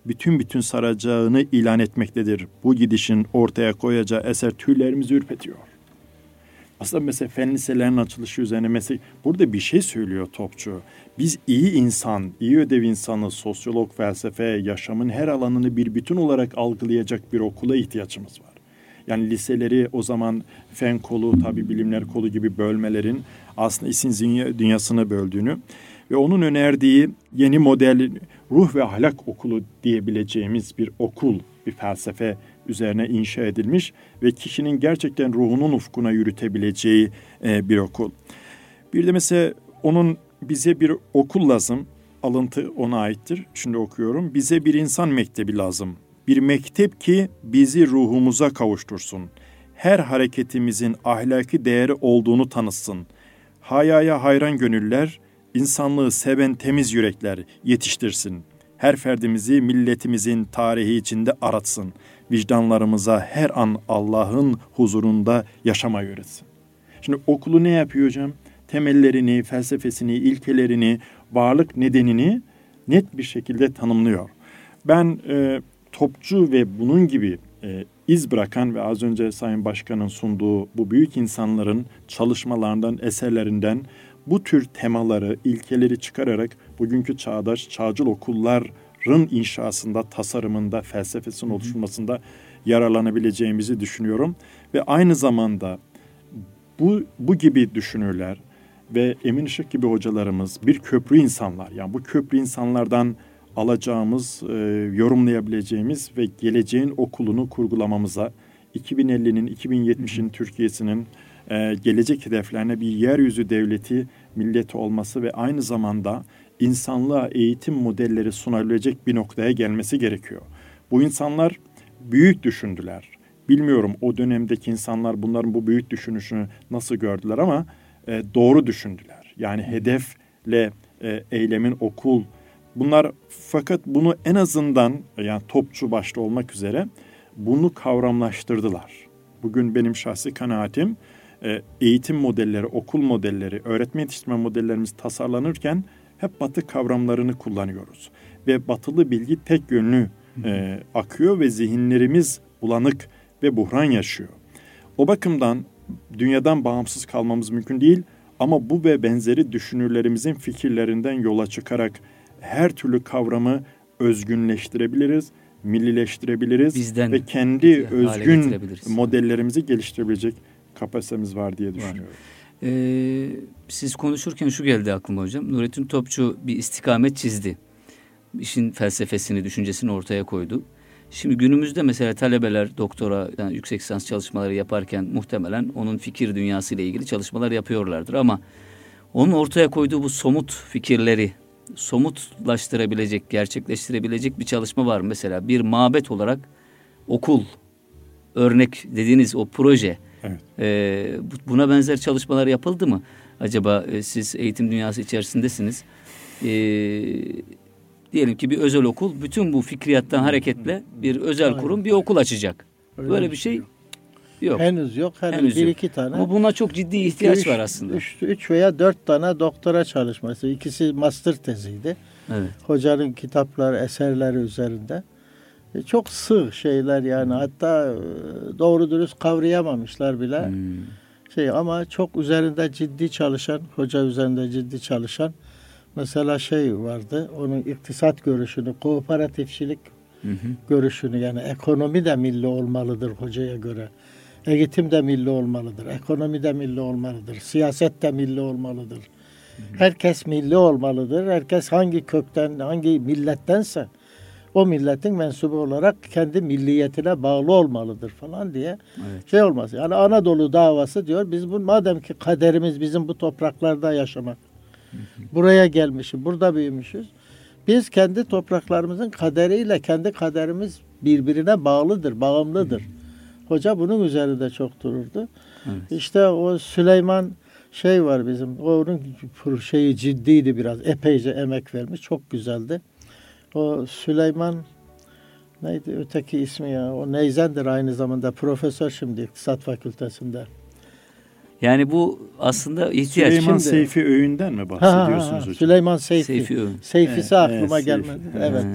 bütün saracağını ilan etmektedir. Bu gidişin ortaya koyacağı eser tüylerimizi ürpetiyor. Aslında mesela fen liselerinin açılışı üzerine mesela burada bir şey söylüyor Topçu. Biz iyi insan, iyi ödev insanı, sosyolog, felsefe, yaşamın her alanını bir bütün olarak algılayacak bir okula ihtiyacımız var. Yani liseleri o zaman fen kolu, tabii bilimler kolu gibi bölmelerin aslında isim dünyasını böldüğünü ve onun önerdiği yeni model ruh ve ahlak okulu diyebileceğimiz bir okul, bir felsefe üzerine inşa edilmiş ve kişinin gerçekten ruhunun ufkuna yürütebileceği bir okul. Bir de mesela onun bize bir okul lazım, alıntı ona aittir. Şimdi okuyorum. Bize bir insan mektebi lazım. Bir mektep ki bizi ruhumuza kavuştursun. Her hareketimizin ahlaki değeri olduğunu tanıtsın. Hayaya hayran gönüller, insanlığı seven temiz yürekler yetiştirsin. Her ferdimizi milletimizin tarihi içinde aratsın. Vicdanlarımıza her an Allah'ın huzurunda yaşamayı öğretsin. Şimdi okulu ne yapıyor hocam? Temellerini, felsefesini, ilkelerini, varlık nedenini net bir şekilde tanımlıyor. Ben Topçu ve bunun gibi iz bırakan ve az önce Sayın Başkan'ın sunduğu bu büyük insanların çalışmalarından, eserlerinden bu tür temaları, ilkeleri çıkararak bugünkü çağdaş, çağcıl okulların inşasında, tasarımında, felsefesinin oluşturmasında yararlanabileceğimizi düşünüyorum. Ve aynı zamanda bu gibi düşünürler ve Emin Işık gibi hocalarımız bir köprü insanlar. Yani bu köprü insanlardan alacağımız, yorumlayabileceğimiz ve geleceğin okulunu kurgulamamıza, 2050'nin, 2070'in Türkiye'sinin gelecek hedeflerine bir yeryüzü devleti, milleti olması ve aynı zamanda insanlığa eğitim modelleri sunabilecek bir noktaya gelmesi gerekiyor. Bu insanlar büyük düşündüler. Bilmiyorum o dönemdeki insanlar bunların bu büyük düşünüşünü nasıl gördüler ama doğru düşündüler. Yani hedefle eylemin okul, bunlar fakat bunu en azından yani Topçu başta olmak üzere bunu kavramlaştırdılar. Bugün benim şahsi kanaatim eğitim modelleri, okul modelleri, öğretmen yetiştirme modellerimiz tasarlanırken hep Batı kavramlarını kullanıyoruz. Ve batılı bilgi tek yönlü akıyor ve zihinlerimiz bulanık ve buhran yaşıyor. O bakımdan dünyadan bağımsız kalmamız mümkün değil ama bu ve benzeri düşünürlerimizin fikirlerinden yola çıkarak her türlü kavramı özgünleştirebiliriz, millileştirebiliriz bizden ve kendi özgün modellerimizi geliştirebilecek kapasitemiz var diye düşünüyorum. Siz konuşurken şu geldi aklıma hocam. Nurettin Topçu bir istikamet çizdi. İşin felsefesini, düşüncesini ortaya koydu. Şimdi günümüzde mesela talebeler doktora, yani yüksek lisans çalışmaları yaparken muhtemelen onun fikir dünyası ile ilgili çalışmalar yapıyorlardır. Ama onun ortaya koyduğu bu somut fikirleri somutlaştırabilecek, gerçekleştirebilecek bir çalışma var. Mesela bir mabet olarak okul, örnek dediğiniz o proje. Evet. Buna benzer çalışmalar yapıldı mı? Acaba siz eğitim dünyası içerisindesiniz. Diyelim ki bir özel okul bütün bu fikriyattan hareketle bir özel kurum bir okul açacak. Böyle bir şey yok. Henüz yok. Henüz bir yok. iki tane. Ama buna çok ciddi ihtiyaç var aslında. 3 veya 4 tane doktora çalışması. İkisi master teziydi. Evet. Hocanın kitapları, eserleri üzerinde. Çok sığ şeyler yani. Hatta doğru dürüst kavrayamamışlar bile. Ama çok üzerinde ciddi çalışan, hoca üzerinde ciddi çalışan mesela vardı. Onun iktisat görüşünü, kooperatifçilik görüşünü yani ekonomi de milli olmalıdır hocaya göre. Eğitim de milli olmalıdır. Ekonomi de milli olmalıdır. Siyaset de milli olmalıdır. Herkes milli olmalıdır. Herkes hangi kökten, hangi millettense o milletin mensubu olarak kendi milliyetine bağlı olmalıdır falan diye olmaz. Yani Anadolu davası diyor biz madem ki kaderimiz bizim bu topraklarda yaşamak. Buraya gelmişiz, burada büyümüşüz. Biz kendi topraklarımızın kaderiyle kendi kaderimiz birbirine bağımlıdır. Hoca bunun üzerinde çok dururdu. Evet. İşte o Süleyman var bizim. Onun ciddiydi biraz. Epeyce emek vermiş. Çok güzeldi. O Süleyman neydi öteki ismi ya? O Neyzen'dir aynı zamanda. Profesör şimdi İktisat Fakültesi'nde. Yani bu aslında ihtiyaç. Süleyman Seyfi Öğün'den mi bahsediyorsunuz hocam? Süleyman Seyfi. Seyfi Öğün. Seyfisi aklıma gelmedi. Evet.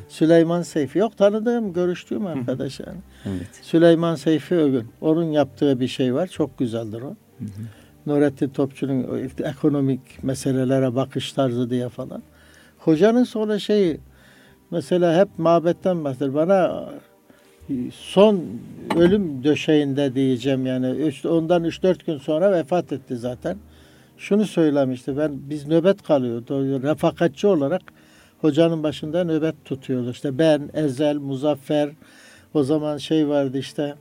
Süleyman Seyfi. Yok, tanıdığım, görüştüğüm arkadaş yani. Evet. Süleyman Seyfi Ögün. Onun yaptığı bir şey var. Çok güzeldir o. Nurettin Topçu'nun ekonomik meselelere bakış tarzı diye falan. Hocanın sonra mesela hep mabetten bahseder. Bana son ölüm döşeğinde diyeceğim yani. Ondan 3-4 gün sonra vefat etti zaten. Şunu söylemişti. Biz nöbet kalıyordu. Refakatçi olarak hocanın başında nöbet tutuyordu. İşte ben, Ezel, Muzaffer, o zaman vardı işte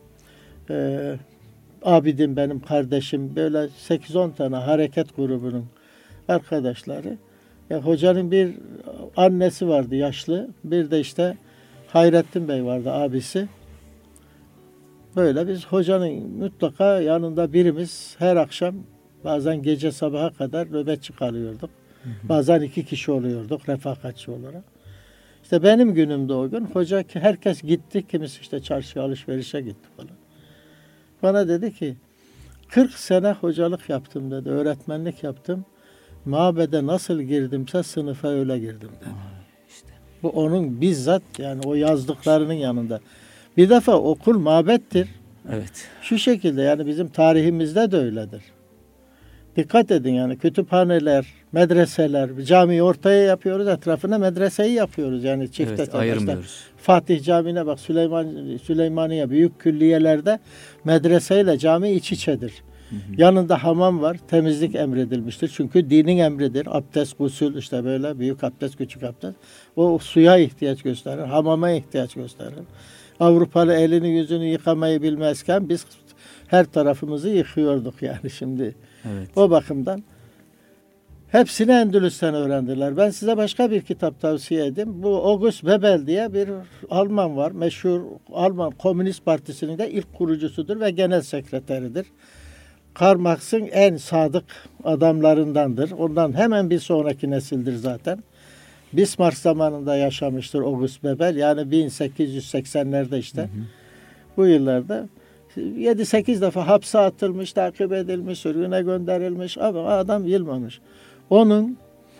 Abidin benim kardeşim, böyle 8-10 tane hareket grubunun arkadaşları. Ya hocanın bir annesi vardı yaşlı, bir de işte Hayrettin Bey vardı abisi. Böyle biz hocanın mutlaka yanında birimiz her akşam, bazen gece sabaha kadar nöbetçi kalıyorduk. Bazen 2 kişi oluyorduk refakatçi olarak. İşte benim günümde o gün hoca, herkes gitti, kimisi işte çarşıya alışverişe gitti falan. Bana dedi ki 40 sene hocalık yaptım dedi, öğretmenlik yaptım. Mabede nasıl girdimse sınıfa öyle girdim dedi. İşte. Bu onun bizzat yani o yazdıklarının yanında. Bir defa okul mabettir. Evet. Şu şekilde yani bizim tarihimizde de öyledir. Dikkat edin yani kütüphaneler, medreseler, camiyi ortaya yapıyoruz, etrafına medreseyi yapıyoruz yani çifte. Evet, ayırmıyoruz. Fatih Camii'ne bak, Süleymaniye büyük külliyelerde medreseyle cami iç içedir. Yanında hamam var, temizlik emredilmiştir. Çünkü dinin emridir. Abdest, gusül, işte böyle büyük abdest, küçük abdest. O suya ihtiyaç gösterir, hamama ihtiyaç gösterir. Avrupalı elini yüzünü yıkamayı bilmezken biz her tarafımızı yıkıyorduk yani şimdi. Evet. O bakımdan hepsini Endülüs'ten öğrendiler. Ben size başka bir kitap tavsiye edeyim. Bu August Bebel diye bir Alman var. Meşhur Alman Komünist Partisi'nin de ilk kurucusudur ve genel sekreteridir. Karl Marx'ın en sadık adamlarındandır. Ondan hemen bir sonraki nesildir zaten. Bismarck zamanında yaşamıştır August Bebel. Yani 1880'lerde işte. Bu yıllarda 7-8 defa hapse atılmış, takip edilmiş, sürgüne gönderilmiş ama adam yılmamış. Onun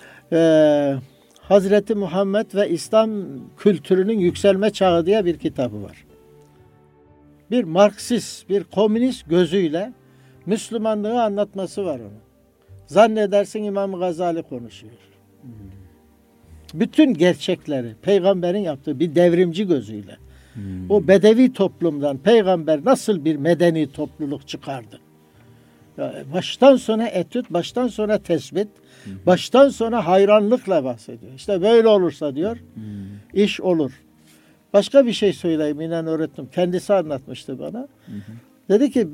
Hazreti Muhammed ve İslam kültürünün yükselme çağı diye bir kitabı var. Bir Marksist, bir komünist gözüyle Müslümanlığı anlatması var onun. Zannedersin İmam Gazali konuşuyor. Bütün gerçekleri peygamberin yaptığı bir devrimci gözüyle. O bedevi toplumdan peygamber nasıl bir medeni topluluk çıkardı? Baştan sona etüt, baştan sonra tespit, baştan sona hayranlıkla bahsediyor. İşte böyle olursa diyor, iş olur. Başka bir şey söyleyeyim, inan öğrettim. Kendisi anlatmıştı bana. Dedi ki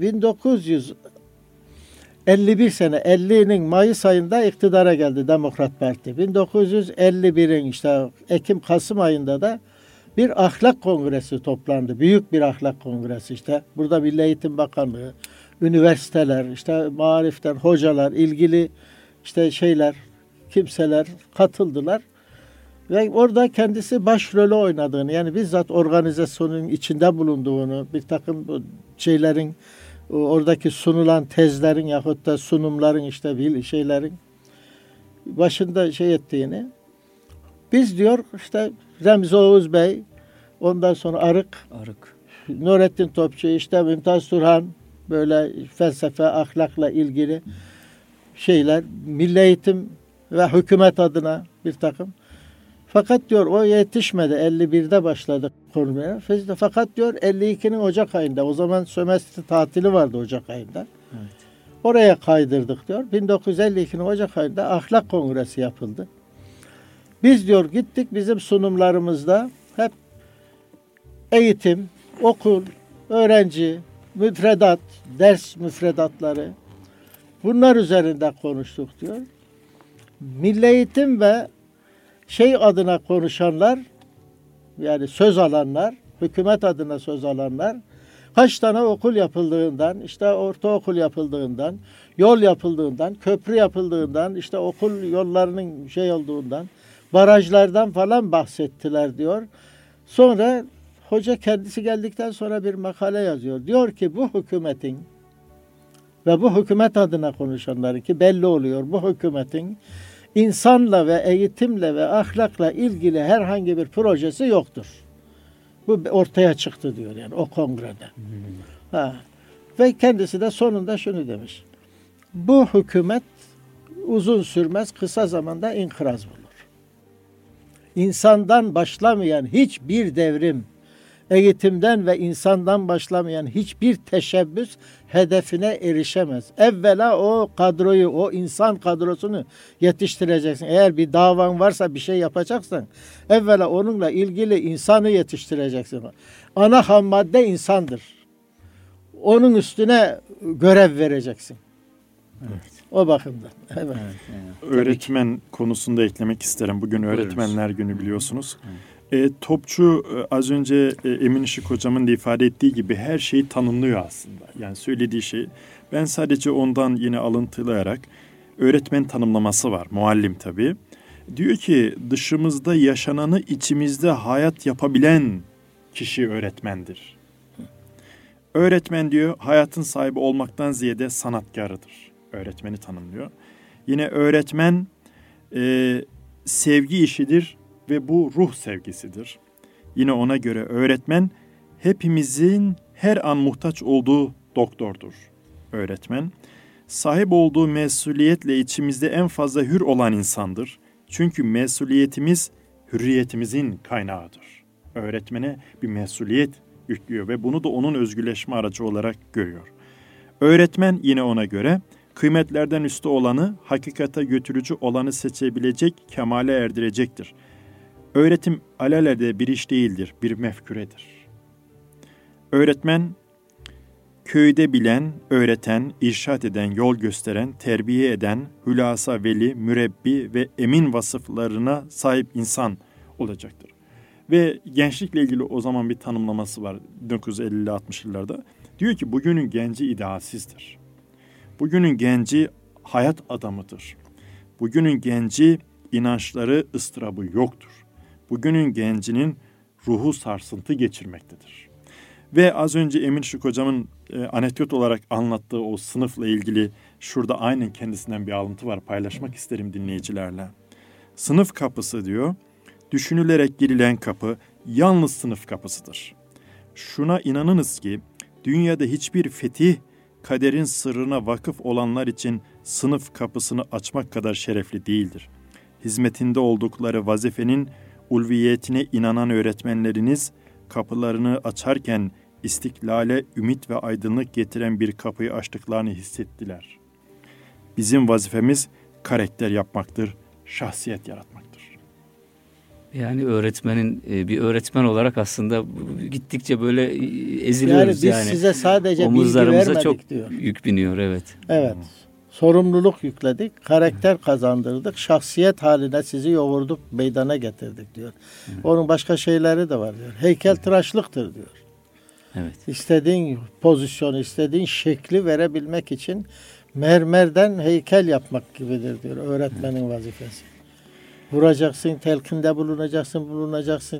1951 sene, 50'nin Mayıs ayında iktidara geldi Demokrat Parti. 1951'in işte Ekim-Kasım ayında da bir ahlak kongresi toplandı. Büyük bir ahlak kongresi işte. Burada Milli Eğitim Bakanlığı, üniversiteler, işte mariften hocalar, ilgili işte kimseler katıldılar. Ve orada kendisi başrolü oynadığını, yani bizzat organizasyonun içinde bulunduğunu, bir takım şeylerin, oradaki sunulan tezlerin yahut da sunumların işte başında ettiğini. Biz diyor işte Remzi Oğuz Bey, ondan sonra Arık, Nurettin Topçu, işte Mümtaz Turhan, böyle felsefe, ahlakla ilgili Milli Eğitim ve hükümet adına bir takım. Fakat diyor o yetişmedi. 51'de başladık kurmaya. Fakat diyor 52'nin Ocak ayında, o zaman sömestr tatili vardı Ocak ayında. Evet. Oraya kaydırdık diyor. 1952'nin Ocak ayında ahlak kongresi yapıldı. Biz diyor gittik, bizim sunumlarımızda hep eğitim, okul, öğrenci, müfredat, ders müfredatları, bunlar üzerinde konuştuk diyor. Milli Eğitim ve adına konuşanlar, yani söz alanlar, hükümet adına söz alanlar, kaç tane okul yapıldığından, işte ortaokul yapıldığından, yol yapıldığından, köprü yapıldığından, işte okul yollarının olduğundan, barajlardan falan bahsettiler diyor. Sonra hoca kendisi geldikten sonra bir makale yazıyor. Diyor ki bu hükümetin ve bu hükümet adına konuşanların, ki belli oluyor, bu hükümetin insanla ve eğitimle ve ahlakla ilgili herhangi bir projesi yoktur. Bu ortaya çıktı diyor yani o kongrede. Ve kendisi de sonunda şunu demiş. Bu hükümet uzun sürmez, kısa zamanda inkılap bulur. İnsandan başlamayan hiçbir devrim, eğitimden ve insandan başlamayan hiçbir teşebbüs hedefine erişemez. Evvela o kadroyu, o insan kadrosunu yetiştireceksin. Eğer bir davan varsa, bir şey yapacaksan, evvela onunla ilgili insanı yetiştireceksin. Ana ham madde insandır. Onun üstüne görev vereceksin. Evet. O bakımdan. Evet. Öğretmen konusunda eklemek isterim. Bugün Öğretmenler Günü biliyorsunuz. Topçu az önce Emin Işık hocamın da ifade ettiği gibi her şeyi tanımlıyor aslında. Yani söylediği şey. Ben sadece ondan yine alıntılayarak öğretmen tanımlaması var. Muallim tabii. Diyor ki dışımızda yaşananı içimizde hayat yapabilen kişi öğretmendir. Öğretmen diyor hayatın sahibi olmaktan ziyade sanatkarıdır. Öğretmeni tanımlıyor. Yine öğretmen sevgi işidir ve bu ruh sevgisidir. Yine ona göre öğretmen hepimizin her an muhtaç olduğu doktordur. Öğretmen sahip olduğu mesuliyetle içimizde en fazla hür olan insandır. Çünkü mesuliyetimiz hürriyetimizin kaynağıdır. Öğretmene bir mesuliyet yüklüyor ve bunu da onun özgürleşme aracı olarak görüyor. Öğretmen yine ona göre kıymetlerden üstü olanı, hakikate götürücü olanı seçebilecek, kemale erdirecektir. Öğretim alelade bir iş değildir, bir mefküredir. Öğretmen, köyde bilen, öğreten, irşad eden, yol gösteren, terbiye eden, hülasa, veli, mürebbi ve emin vasıflarına sahip insan olacaktır. Ve gençlikle ilgili o zaman bir tanımlaması var 1950-60 yıllarda. Diyor ki bugünün genci idealsizdir. Bugünün genci hayat adamıdır. Bugünün genci inançları, ıstırabı yoktur. Bugünün gencinin ruhu sarsıntı geçirmektedir. Ve az önce Emin Işık hocamın anekdot olarak anlattığı o sınıfla ilgili şurada aynen kendisinden bir alıntı var. Paylaşmak isterim dinleyicilerle. Sınıf kapısı diyor, düşünülerek girilen kapı yalnız sınıf kapısıdır. Şuna inanınız ki dünyada hiçbir fetih kaderin sırrına vakıf olanlar için sınıf kapısını açmak kadar şerefli değildir. Hizmetinde oldukları vazifenin ulviyetine inanan öğretmenleriniz kapılarını açarken istiklale ümit ve aydınlık getiren bir kapıyı açtıklarını hissettiler. Bizim vazifemiz karakter yapmaktır, şahsiyet yaratmaktır. Yani öğretmenin bir öğretmen olarak aslında gittikçe böyle eziliyoruz yani. Biz size sadece bilgi vermedik çok diyor. Yük biniyor evet. Evet. Sorumluluk yükledik, karakter kazandırdık, şahsiyet haline sizi yoğurduk, meydana getirdik diyor. Onun başka şeyleri de var diyor. Heykeltıraşlıktır diyor. Evet. İstediğin pozisyonu, istediğin şekli verebilmek için mermerden heykel yapmak gibidir diyor öğretmenin vazifesi. Vuracaksın, telkinde bulunacaksın,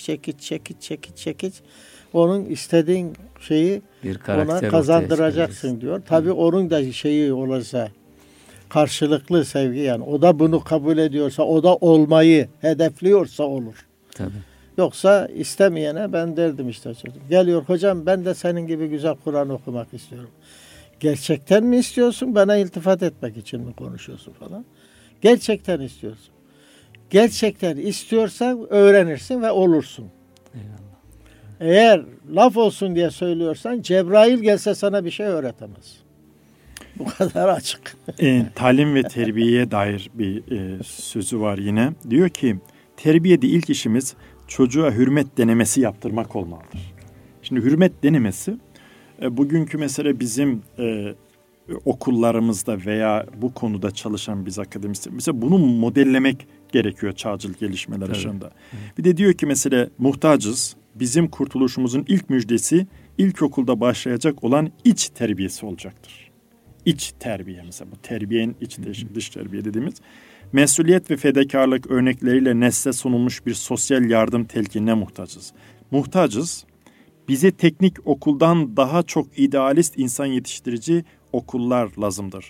çekiç. Onun istediğin şeyi ona kazandıracaksın diyor. Tabii onun da şeyi olursa karşılıklı sevgi yani o da bunu kabul ediyorsa, o da olmayı hedefliyorsa olur. Tabii. Yoksa istemeyene ben derdim işte çocuğum. Geliyor hocam ben de senin gibi güzel Kur'an okumak istiyorum. Gerçekten mi istiyorsun? Bana iltifat etmek için mi konuşuyorsun falan? Gerçekten istiyorsun. Gerçekten istiyorsan öğrenirsin ve olursun. Eyvallah. Eğer laf olsun diye söylüyorsan Cebrail gelse sana bir şey öğretemez. Bu kadar açık. Talim ve terbiyeye dair bir sözü var yine. Diyor ki terbiyede ilk işimiz çocuğa hürmet denemesi yaptırmak olmalıdır. Şimdi hürmet denemesi bugünkü mesela bizim okullarımızda veya bu konuda çalışan biz akademisyen mesela bunu modellemek gerekiyor çağcıl gelişmeler ışığında. Bir de diyor ki mesela muhtacız. Bizim kurtuluşumuzun ilk müjdesi ilkokulda başlayacak olan iç terbiyesi olacaktır. İç terbiye mesela bu terbiyenin iç dış terbiye dediğimiz mesuliyet ve fedakarlık örnekleriyle nesle sunulmuş bir sosyal yardım telkinine muhtacız. Muhtacız. Bize teknik okuldan daha çok idealist insan yetiştirici okullar lazımdır.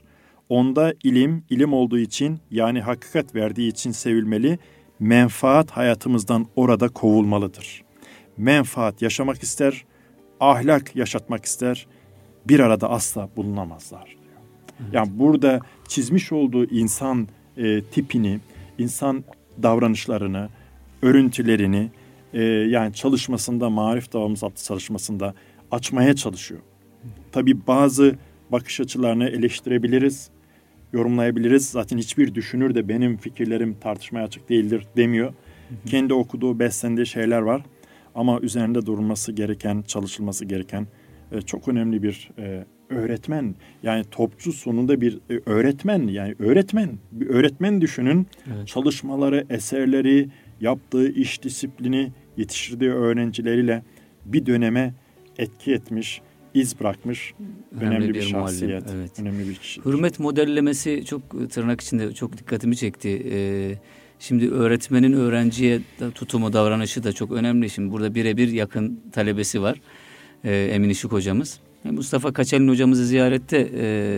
Onda ilim olduğu için, yani hakikat verdiği için sevilmeli. Menfaat hayatımızdan orada kovulmalıdır. Menfaat yaşamak ister, ahlak yaşatmak ister, bir arada asla bulunamazlar diyor. Evet. Yani burada çizmiş olduğu insan tipini, insan davranışlarını, örüntülerini yani çalışmasında, Marif Davamız adlı çalışmasında açmaya çalışıyor. Tabii bazı bakış açılarını eleştirebiliriz, yorumlayabiliriz. Zaten hiçbir düşünür de benim fikirlerim tartışmaya açık değildir demiyor. Kendi okuduğu, beslendiği şeyler var. Ama üzerinde durulması gereken, çalışılması gereken çok önemli bir öğretmen. Yani topçu sonunda bir öğretmen. Yani bir öğretmen düşünün. Evet. Çalışmaları, eserleri, yaptığı iş disiplini, yetiştirdiği öğrencileriyle bir döneme etki etmiş, iz bırakmış önemli bir şahsiyet. Evet. Önemli bir kişi. Hürmet modellemesi çok tırnak içinde çok dikkatimi çekti. Şimdi öğretmenin öğrenciye tutumu, davranışı da çok önemli. Şimdi burada birebir yakın talebesi var. Emin Işık hocamız. Mustafa Kaçalin hocamızı ziyarette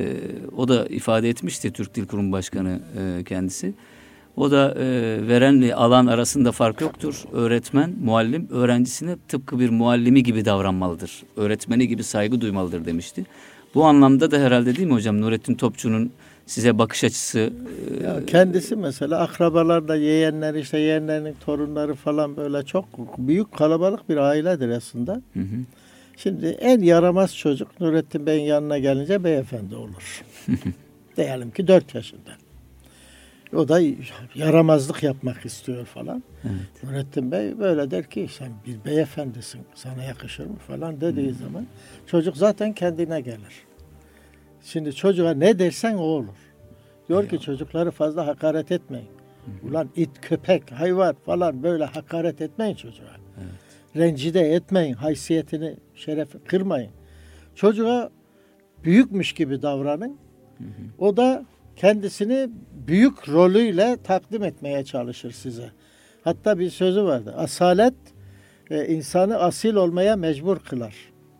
o da ifade etmişti, Türk Dil Kurumu Başkanı kendisi. O da verenle alan arasında fark yoktur. Öğretmen, muallim öğrencisine tıpkı bir muallimi gibi davranmalıdır. Öğretmeni gibi saygı duymalıdır demişti. Bu anlamda da herhalde değil mi hocam Nurettin Topçu'nun size bakış açısı? Ya kendisi mesela akrabalarda yeğenler, işte yeğenlerinin torunları falan böyle çok büyük kalabalık bir ailedir aslında. Hı hı. Şimdi en yaramaz çocuk Nurettin Bey'in yanına gelince beyefendi olur. Diyelim ki 4 yaşında. O da yaramazlık yapmak istiyor falan. Evet. Nurettin Bey böyle der ki sen bir beyefendisin, sana yakışır mı falan dediği zaman çocuk zaten kendine gelir. Şimdi çocuğa ne dersen o olur. Diyor ki çocukları fazla hakaret etmeyin. Ulan it, köpek, hayvan falan böyle hakaret etmeyin çocuğa. Evet. Rencide etmeyin, haysiyetini, şerefi kırmayın. Çocuğa büyükmüş gibi davranın. O da kendisini büyük rolüyle takdim etmeye çalışır size. Hatta bir sözü vardı. Asalet insanı asil olmaya mecbur kılar.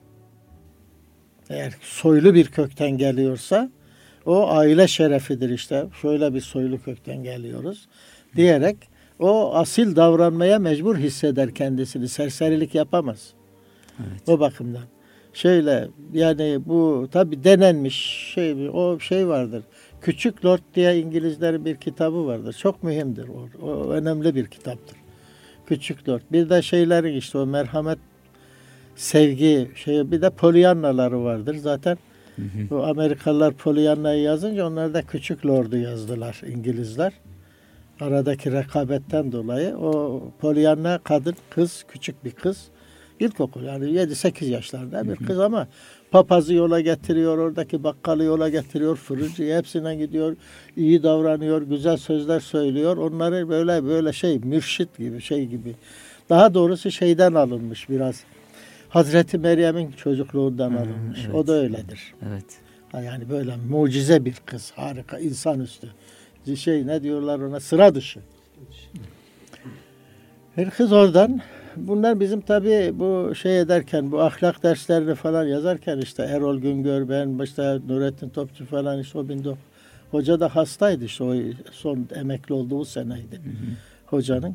Eğer soylu bir kökten geliyorsa o aile şerefidir işte. Şöyle bir soylu kökten geliyoruz diyerek o asil davranmaya mecbur hisseder kendisini. Serserilik yapamaz. Evet. O bakımdan. Şöyle yani bu tabii denenmiş o şey vardır. Küçük Lord diye İngilizlerin bir kitabı vardır. Çok mühimdir. O önemli bir kitaptır. Küçük Lord. Bir de şeylerin işte o merhamet, sevgi, bir de Pollyanna'ları vardır. Zaten bu Amerikalılar Pollyanna'yı yazınca onlar da Küçük Lord'u yazdılar İngilizler. Aradaki rekabetten dolayı o Pollyanna kadın, kız, küçük bir kız. İlkokul yani 7-8 yaşlarında bir kız ama papazı yola getiriyor, oradaki bakkalı yola getiriyor, fırıncıyı hepsine gidiyor, iyi davranıyor, güzel sözler söylüyor. Onları böyle mürşit gibi gibi. Daha doğrusu şeyden alınmış biraz. Hazreti Meryem'in çocukluğundan alınmış. Evet. O da öyledir. Evet. Yani böyle mucize bir kız, harika, insanüstü. Ne diyorlar ona? Sıra dışı. Bir kız oradan. Bunlar bizim tabii bu ederken, bu ahlak derslerini falan yazarken işte Erol Güngör, ben işte Nurettin Topçu falan işte hoca da hastaydı işte o son emekli olduğu seneydi. Hocanın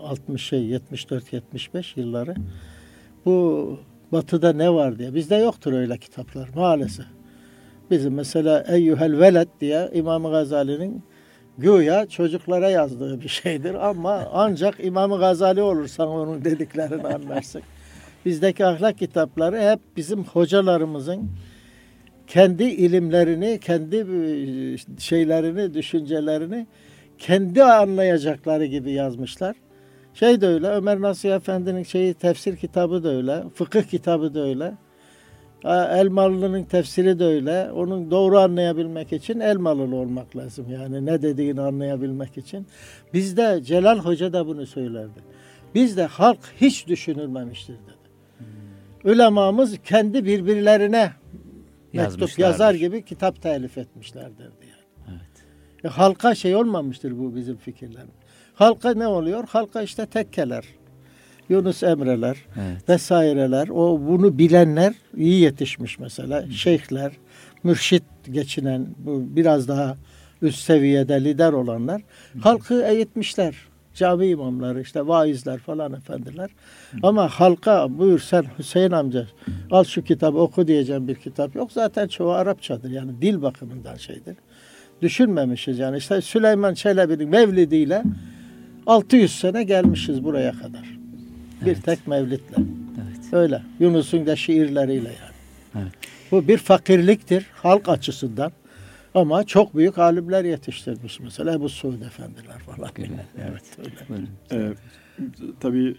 74-75 yılları. Bu Batı'da ne var diye. Bizde yoktur öyle kitaplar maalesef. Bizim mesela Eyyuhel Veled diye İmam-ı Gazali'nin güya çocuklara yazdığı bir şeydir ama ancak İmam-ı Gazali olursan onun dediklerini anlarsın. Bizdeki ahlak kitapları hep bizim hocalarımızın kendi ilimlerini, kendi şeylerini, düşüncelerini kendi anlayacakları gibi yazmışlar. De öyle, Ömer Nasuhi Efendi'nin tefsir kitabı da öyle, fıkıh kitabı da öyle. Elmalı'nın tefsiri de öyle. Onun doğru anlayabilmek için Elmalılı olmak lazım. Yani ne dediğini anlayabilmek için. Bizde Celal Hoca da bunu söylerdi. Bizde halk hiç düşünülmemiştir dedi. Ulemamız kendi birbirlerine mektup yazar gibi kitap telif etmişlerdir diye. Evet. Halka olmamıştır bu bizim fikirlerimiz. Halka ne oluyor? Halka işte tekkeler. Yunus Emre'ler vesaireler, bunu bilenler iyi yetişmiş mesela. Şeyhler, mürşit geçinen, bu biraz daha üst seviyede lider olanlar halkı eğitmişler. Cami imamları, işte vaizler falan efendiler. Ama halka buyur sen Hüseyin amca al şu kitabı oku diyeceğim bir kitap yok. Zaten çoğu Arapçadır, yani dil bakımından şeydir. Düşünmemişiz yani. İşte Süleyman Çelebi'nin mevlidiyle 600 sene gelmişiz buraya kadar. Bir tek mevlidle. Evet. Öyle. Yunus'un da şiirleriyle yani. Evet. Bu bir fakirliktir halk açısından. Ama çok büyük alimler yetiştirmiş. Mesela Ebu Suud Efendiler falan. Evet. Öyle. Tabii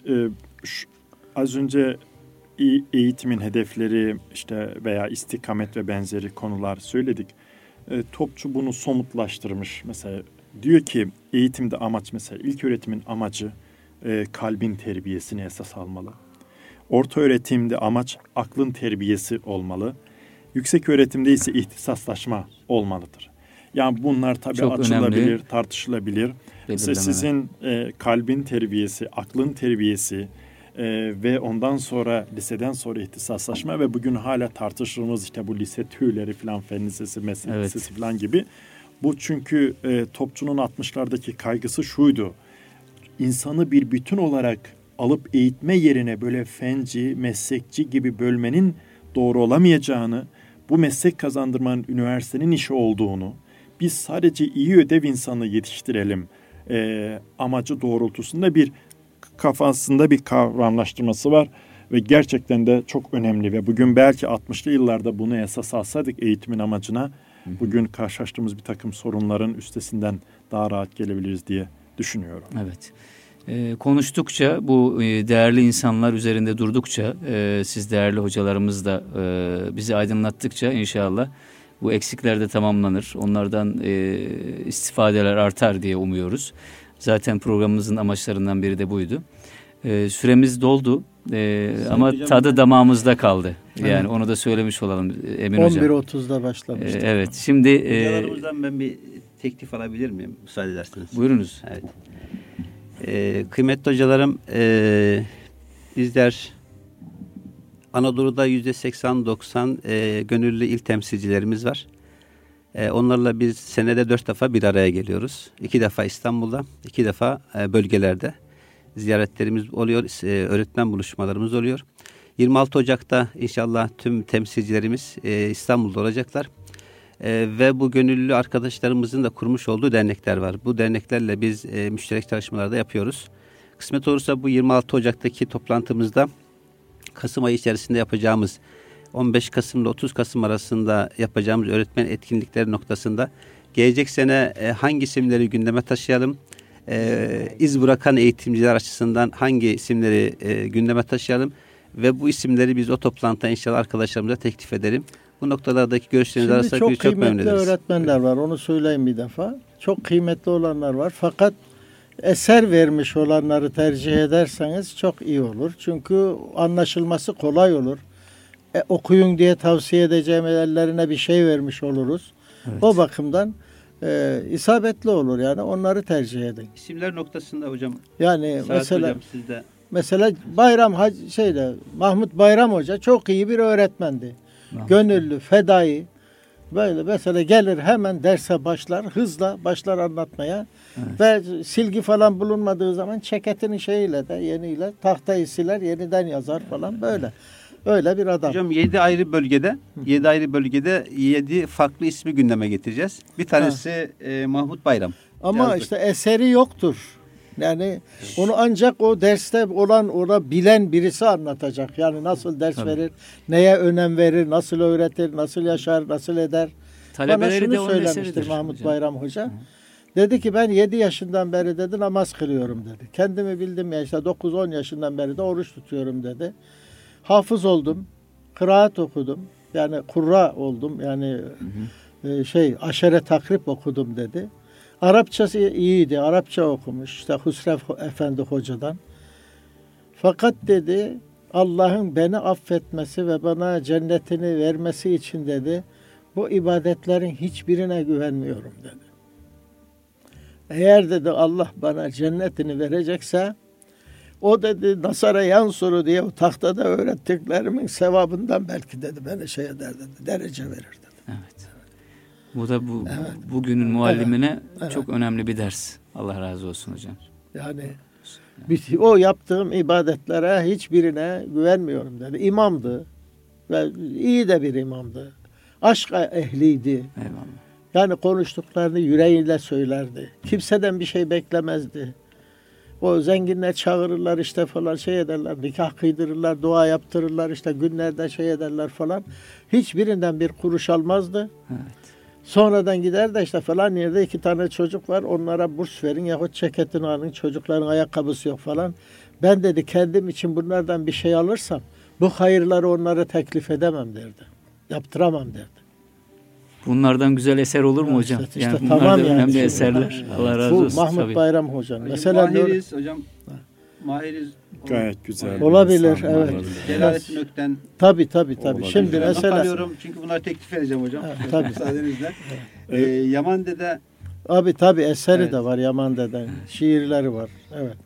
az önce eğitimin hedefleri işte veya istikamet ve benzeri konular söyledik. Topçu bunu somutlaştırmış. Mesela diyor ki eğitimde amaç, mesela ilk öğretimin amacı kalbin terbiyesini esas almalı. Orta öğretimde amaç aklın terbiyesi olmalı. Yüksek öğretimde ise ihtisaslaşma olmalıdır. Yani bunlar tabii çok açılabilir, önemli, tartışılabilir. Mesela sizin kalbin terbiyesi, aklın terbiyesi ve ondan sonra liseden sonra ihtisaslaşma ve bugün hala tartıştığımız işte bu lise tüyleri falan, fen lisesi, meslek lisesi falan gibi. Bu çünkü Topçu'nun 60'lardaki kaygısı şuydu. İnsanı bir bütün olarak alıp eğitme yerine böyle fenci, meslekçi gibi bölmenin doğru olamayacağını, bu meslek kazandırmanın üniversitenin işi olduğunu, biz sadece iyi ödev insanı yetiştirelim amacı doğrultusunda bir kafasında bir kavramlaştırması var ve gerçekten de çok önemli ve bugün belki 60'lı yıllarda bunu esas alsaydık eğitimin amacına, bugün karşılaştığımız bir takım sorunların üstesinden daha rahat gelebiliriz diye düşünüyorum. Evet. Konuştukça, bu değerli insanlar üzerinde durdukça, siz değerli hocalarımız da bizi aydınlattıkça inşallah bu eksikler de tamamlanır. Onlardan istifadeler artar diye umuyoruz. Zaten programımızın amaçlarından biri de buydu. Süremiz doldu ama hocam, tadı damağımızda kaldı. Yani onu da söylemiş olalım Emin Hocam. 11.30'da başlamıştık. Evet. Şimdi hocalarımızdan ben bir teklif alabilir miyim? Müsaade ederseniz. Buyurunuz. Evet. Kıymetli hocalarım, bizler Anadolu'da %80-90 gönüllü il temsilcilerimiz var. Onlarla biz senede 4 defa bir araya geliyoruz. 2 defa İstanbul'da, 2 defa bölgelerde ziyaretlerimiz oluyor, öğretmen buluşmalarımız oluyor. 26 Ocak'ta inşallah tüm temsilcilerimiz İstanbul'da olacaklar. Ve bu gönüllü arkadaşlarımızın da kurmuş olduğu dernekler var. Bu derneklerle biz müşterek çalışmalarda yapıyoruz. Kısmet olursa bu 26 Ocak'taki toplantımızda Kasım ayı içerisinde yapacağımız 15 Kasım ile 30 Kasım arasında yapacağımız öğretmen etkinlikleri noktasında gelecek sene hangi isimleri gündeme taşıyalım, iz bırakan eğitimciler açısından hangi isimleri gündeme taşıyalım ve bu isimleri biz o toplantıda inşallah arkadaşlarımıza teklif edelim. Bu noktalardaki görüşleriniz arasında çok çok memnun kıymetli ederiz. öğretmenler var, onu söyleyeyim bir defa. Çok kıymetli olanlar var. Fakat eser vermiş olanları tercih ederseniz çok iyi olur. Çünkü anlaşılması kolay olur. Okuyun diye tavsiye edeceğim, ellerine bir şey vermiş oluruz. Evet. O bakımdan isabetli olur yani, onları tercih edin. İsimler noktasında hocam. Yani mesela hocam, sizde. Mesela Mahmut Bayram Hoca çok iyi bir öğretmendi. Gönüllü, fedai. Böyle mesela gelir hemen derse başlar, hızla başlar anlatmaya. Evet. Ve silgi falan bulunmadığı zaman çeketinin şeyiyle de yeniyle tahtayı siler, yeniden yazar falan böyle. Öyle bir adam. Hocam 7 ayrı bölgede 7 farklı ismi gündeme getireceğiz. Bir tanesi Mahmut Bayram. Ama yazdık. işte eseri yoktur. Yani onu ancak o derste ona bilen birisi anlatacak. Yani nasıl ders verir, neye önem verir, nasıl öğretir, nasıl yaşar, nasıl eder. Talebeleri bana şunu söylemiştir Mahmut Bayram Hoca. Dedi ki ben 7 yaşından beri dedi namaz kılıyorum dedi. Kendimi bildim ya, işte 9-10 yaşından beri de oruç tutuyorum dedi. Hafız oldum, kıraat okudum. Yani kurra oldum. Yani aşere takrib okudum dedi. Arapçası iyiydi. Arapça okumuş. İşte Husrev Efendi Hoca'dan. Fakat dedi Allah'ın beni affetmesi ve bana cennetini vermesi için dedi bu ibadetlerin hiçbirine güvenmiyorum dedi. Eğer dedi Allah bana cennetini verecekse o dedi Nasara Yansuru diye o tahtada öğrettiklerimin sevabından belki dedi beni eder dedi. Derece verir dedi. Evet. Bu da bugünün muallimine çok önemli bir ders. Allah razı olsun hocam. Yani o yaptığım ibadetlere hiçbirine güvenmiyorum dedi. İmamdı ve iyi de bir imamdı. Aşk ehliydi. Eyvallah. Yani konuştuklarını yüreğiyle söylerdi. Kimseden bir şey beklemezdi. O zenginler çağırırlar işte falan şey ederler, nikah kıydırırlar, dua yaptırırlar işte günlerde şey ederler falan. Hiçbirinden bir kuruş almazdı. Evet. Sonradan gider de işte falan yerde 2 tane çocuk var, onlara burs verin yahut ceketini alın, çocukların ayakkabısı yok falan. Ben dedi kendim için bunlardan bir şey alırsam bu hayırları onlara teklif edemem derdi. Yaptıramam derdi. Bunlardan güzel eser olur mu hocam? İşte Yani bunlar tamam da yani önemli şimdi. eserler. Allah razı Bu olsun. Mahmut tabii. Bayram hocam. Hocam, Mesela mahiriz hocam. Mahiriz. Gayet güzel. Olabilir, İnsan, evet. olabilir. Celalettin Ökten. Tabii. Olabilir. Şimdi Ben Not mesela alıyorum çünkü bunları teklif edeceğim hocam. Evet, tabii. Müsaadenizle. Evet. Yaman Dede. tabii eseri Evet. de var Yaman Deden. Şiirleri var. Evet.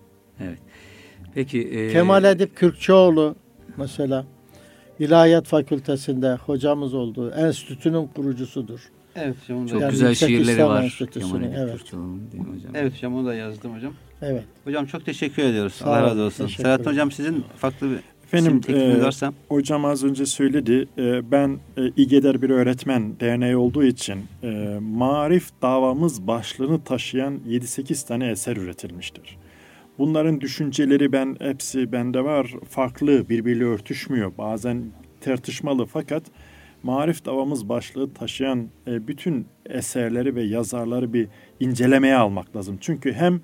Peki Kemal Edip Kürkçüoğlu mesela İlahiyat Fakültesi'nde hocamız oldu. Enstitünün kurucusudur. Evet hocam. Onu da çok Yani güzel Yüksek şiirleri İslam var. Enstitüsü'nün, Kemal Edip evet. Kürkçüoğlu'nun, değil mi hocam? Evet hocam onu da yazdım hocam. Evet. Hocam çok teşekkür ediyoruz. Sağ Allah olun, razı olsun. teşekkür Selahattin ederim. hocam sizin farklı bir Efendim, isim teklifiniz varsa. Hocam az önce söyledi. Ben İGEDER bir öğretmen derneği olduğu için Marif Davamız başlığını taşıyan 7-8 tane eser üretilmiştir. Bunların düşünceleri hepsi bende var. Farklı, birbiriyle örtüşmüyor. Bazen tartışmalı fakat Marif Davamız başlığı taşıyan bütün eserleri ve yazarları bir incelemeye almak lazım. Çünkü hem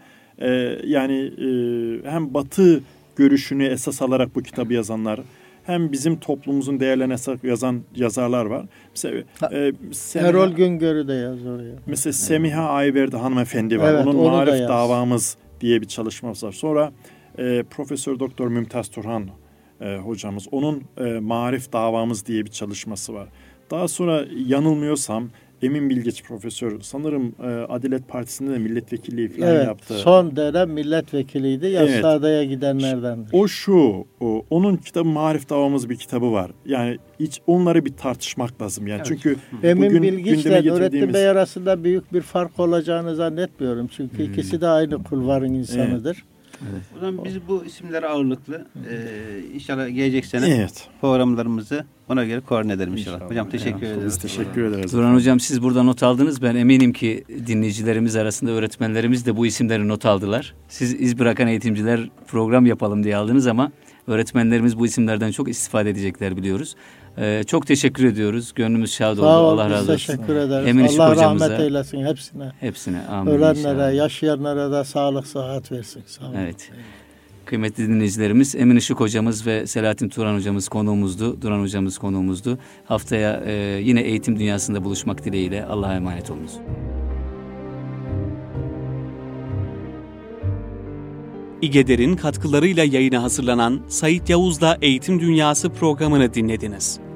hem Batı görüşünü esas alarak bu kitabı yazanlar, hem bizim toplumumuzun değerlerine esas yazan yazarlar var. Mesela Erol Güngör'ü de yaz oraya. Mesela Semiha Ayverdi hanımefendi var. Evet, Onun onu da Marif yaz. Davamız diye bir çalışması var. Sonra Profesör Doktor Mümtaz Turhan hocamız. Onun Marif Davamız diye bir çalışması var. Daha sonra yanılmıyorsam Emin Bilgiç profesör sanırım Adalet Partisi'nde de milletvekilliği falan Evet, yaptı. son dönem milletvekiliydi. Yasada'ya gidenlerdendir. Onun kitabı Marif Davamız bir kitabı var. Yani hiç onları bir tartışmak lazım yani. Evet. Çünkü Emin bugün Bilgiç'le gündeme Nurettin getirdiğimiz Bey arasında büyük bir fark olacağını zannetmiyorum. Çünkü ikisi de aynı kulvarın insanıdır. O zaman biz bu isimlere ağırlıklı inşallah gelecek sene evet. programlarımızı ona göre koordine edelim inşallah. İnşallah. Hocam teşekkür ederiz. Biz teşekkür ederiz. Duran hocam siz burada not aldınız. Ben eminim ki dinleyicilerimiz arasında öğretmenlerimiz de bu isimleri not aldılar. Siz iz bırakan eğitimciler program yapalım diye aldınız ama öğretmenlerimiz bu isimlerden çok istifade edecekler biliyoruz. Çok teşekkür ediyoruz. Gönlümüz şad oldu. Sağ ol, Allah razı olsun. teşekkür ederiz. Emin Işık Allah hocamıza, rahmet eylesin hepsine. hepsine amin. Ölenlere, inşallah. yaşayanlara da sağlık, sıhhat versin. Sağ olun. Evet. Kıymetli dinleyicilerimiz Emin Işık hocamız ve Selahattin Turan hocamız konuğumuzdu. Duran hocamız konuğumuzdu. Haftaya yine eğitim dünyasında buluşmak dileğiyle Allah'a emanet olunuz. İGEDER'in katkılarıyla yayına hazırlanan Sait Yavuz'la Eğitim Dünyası programını dinlediniz.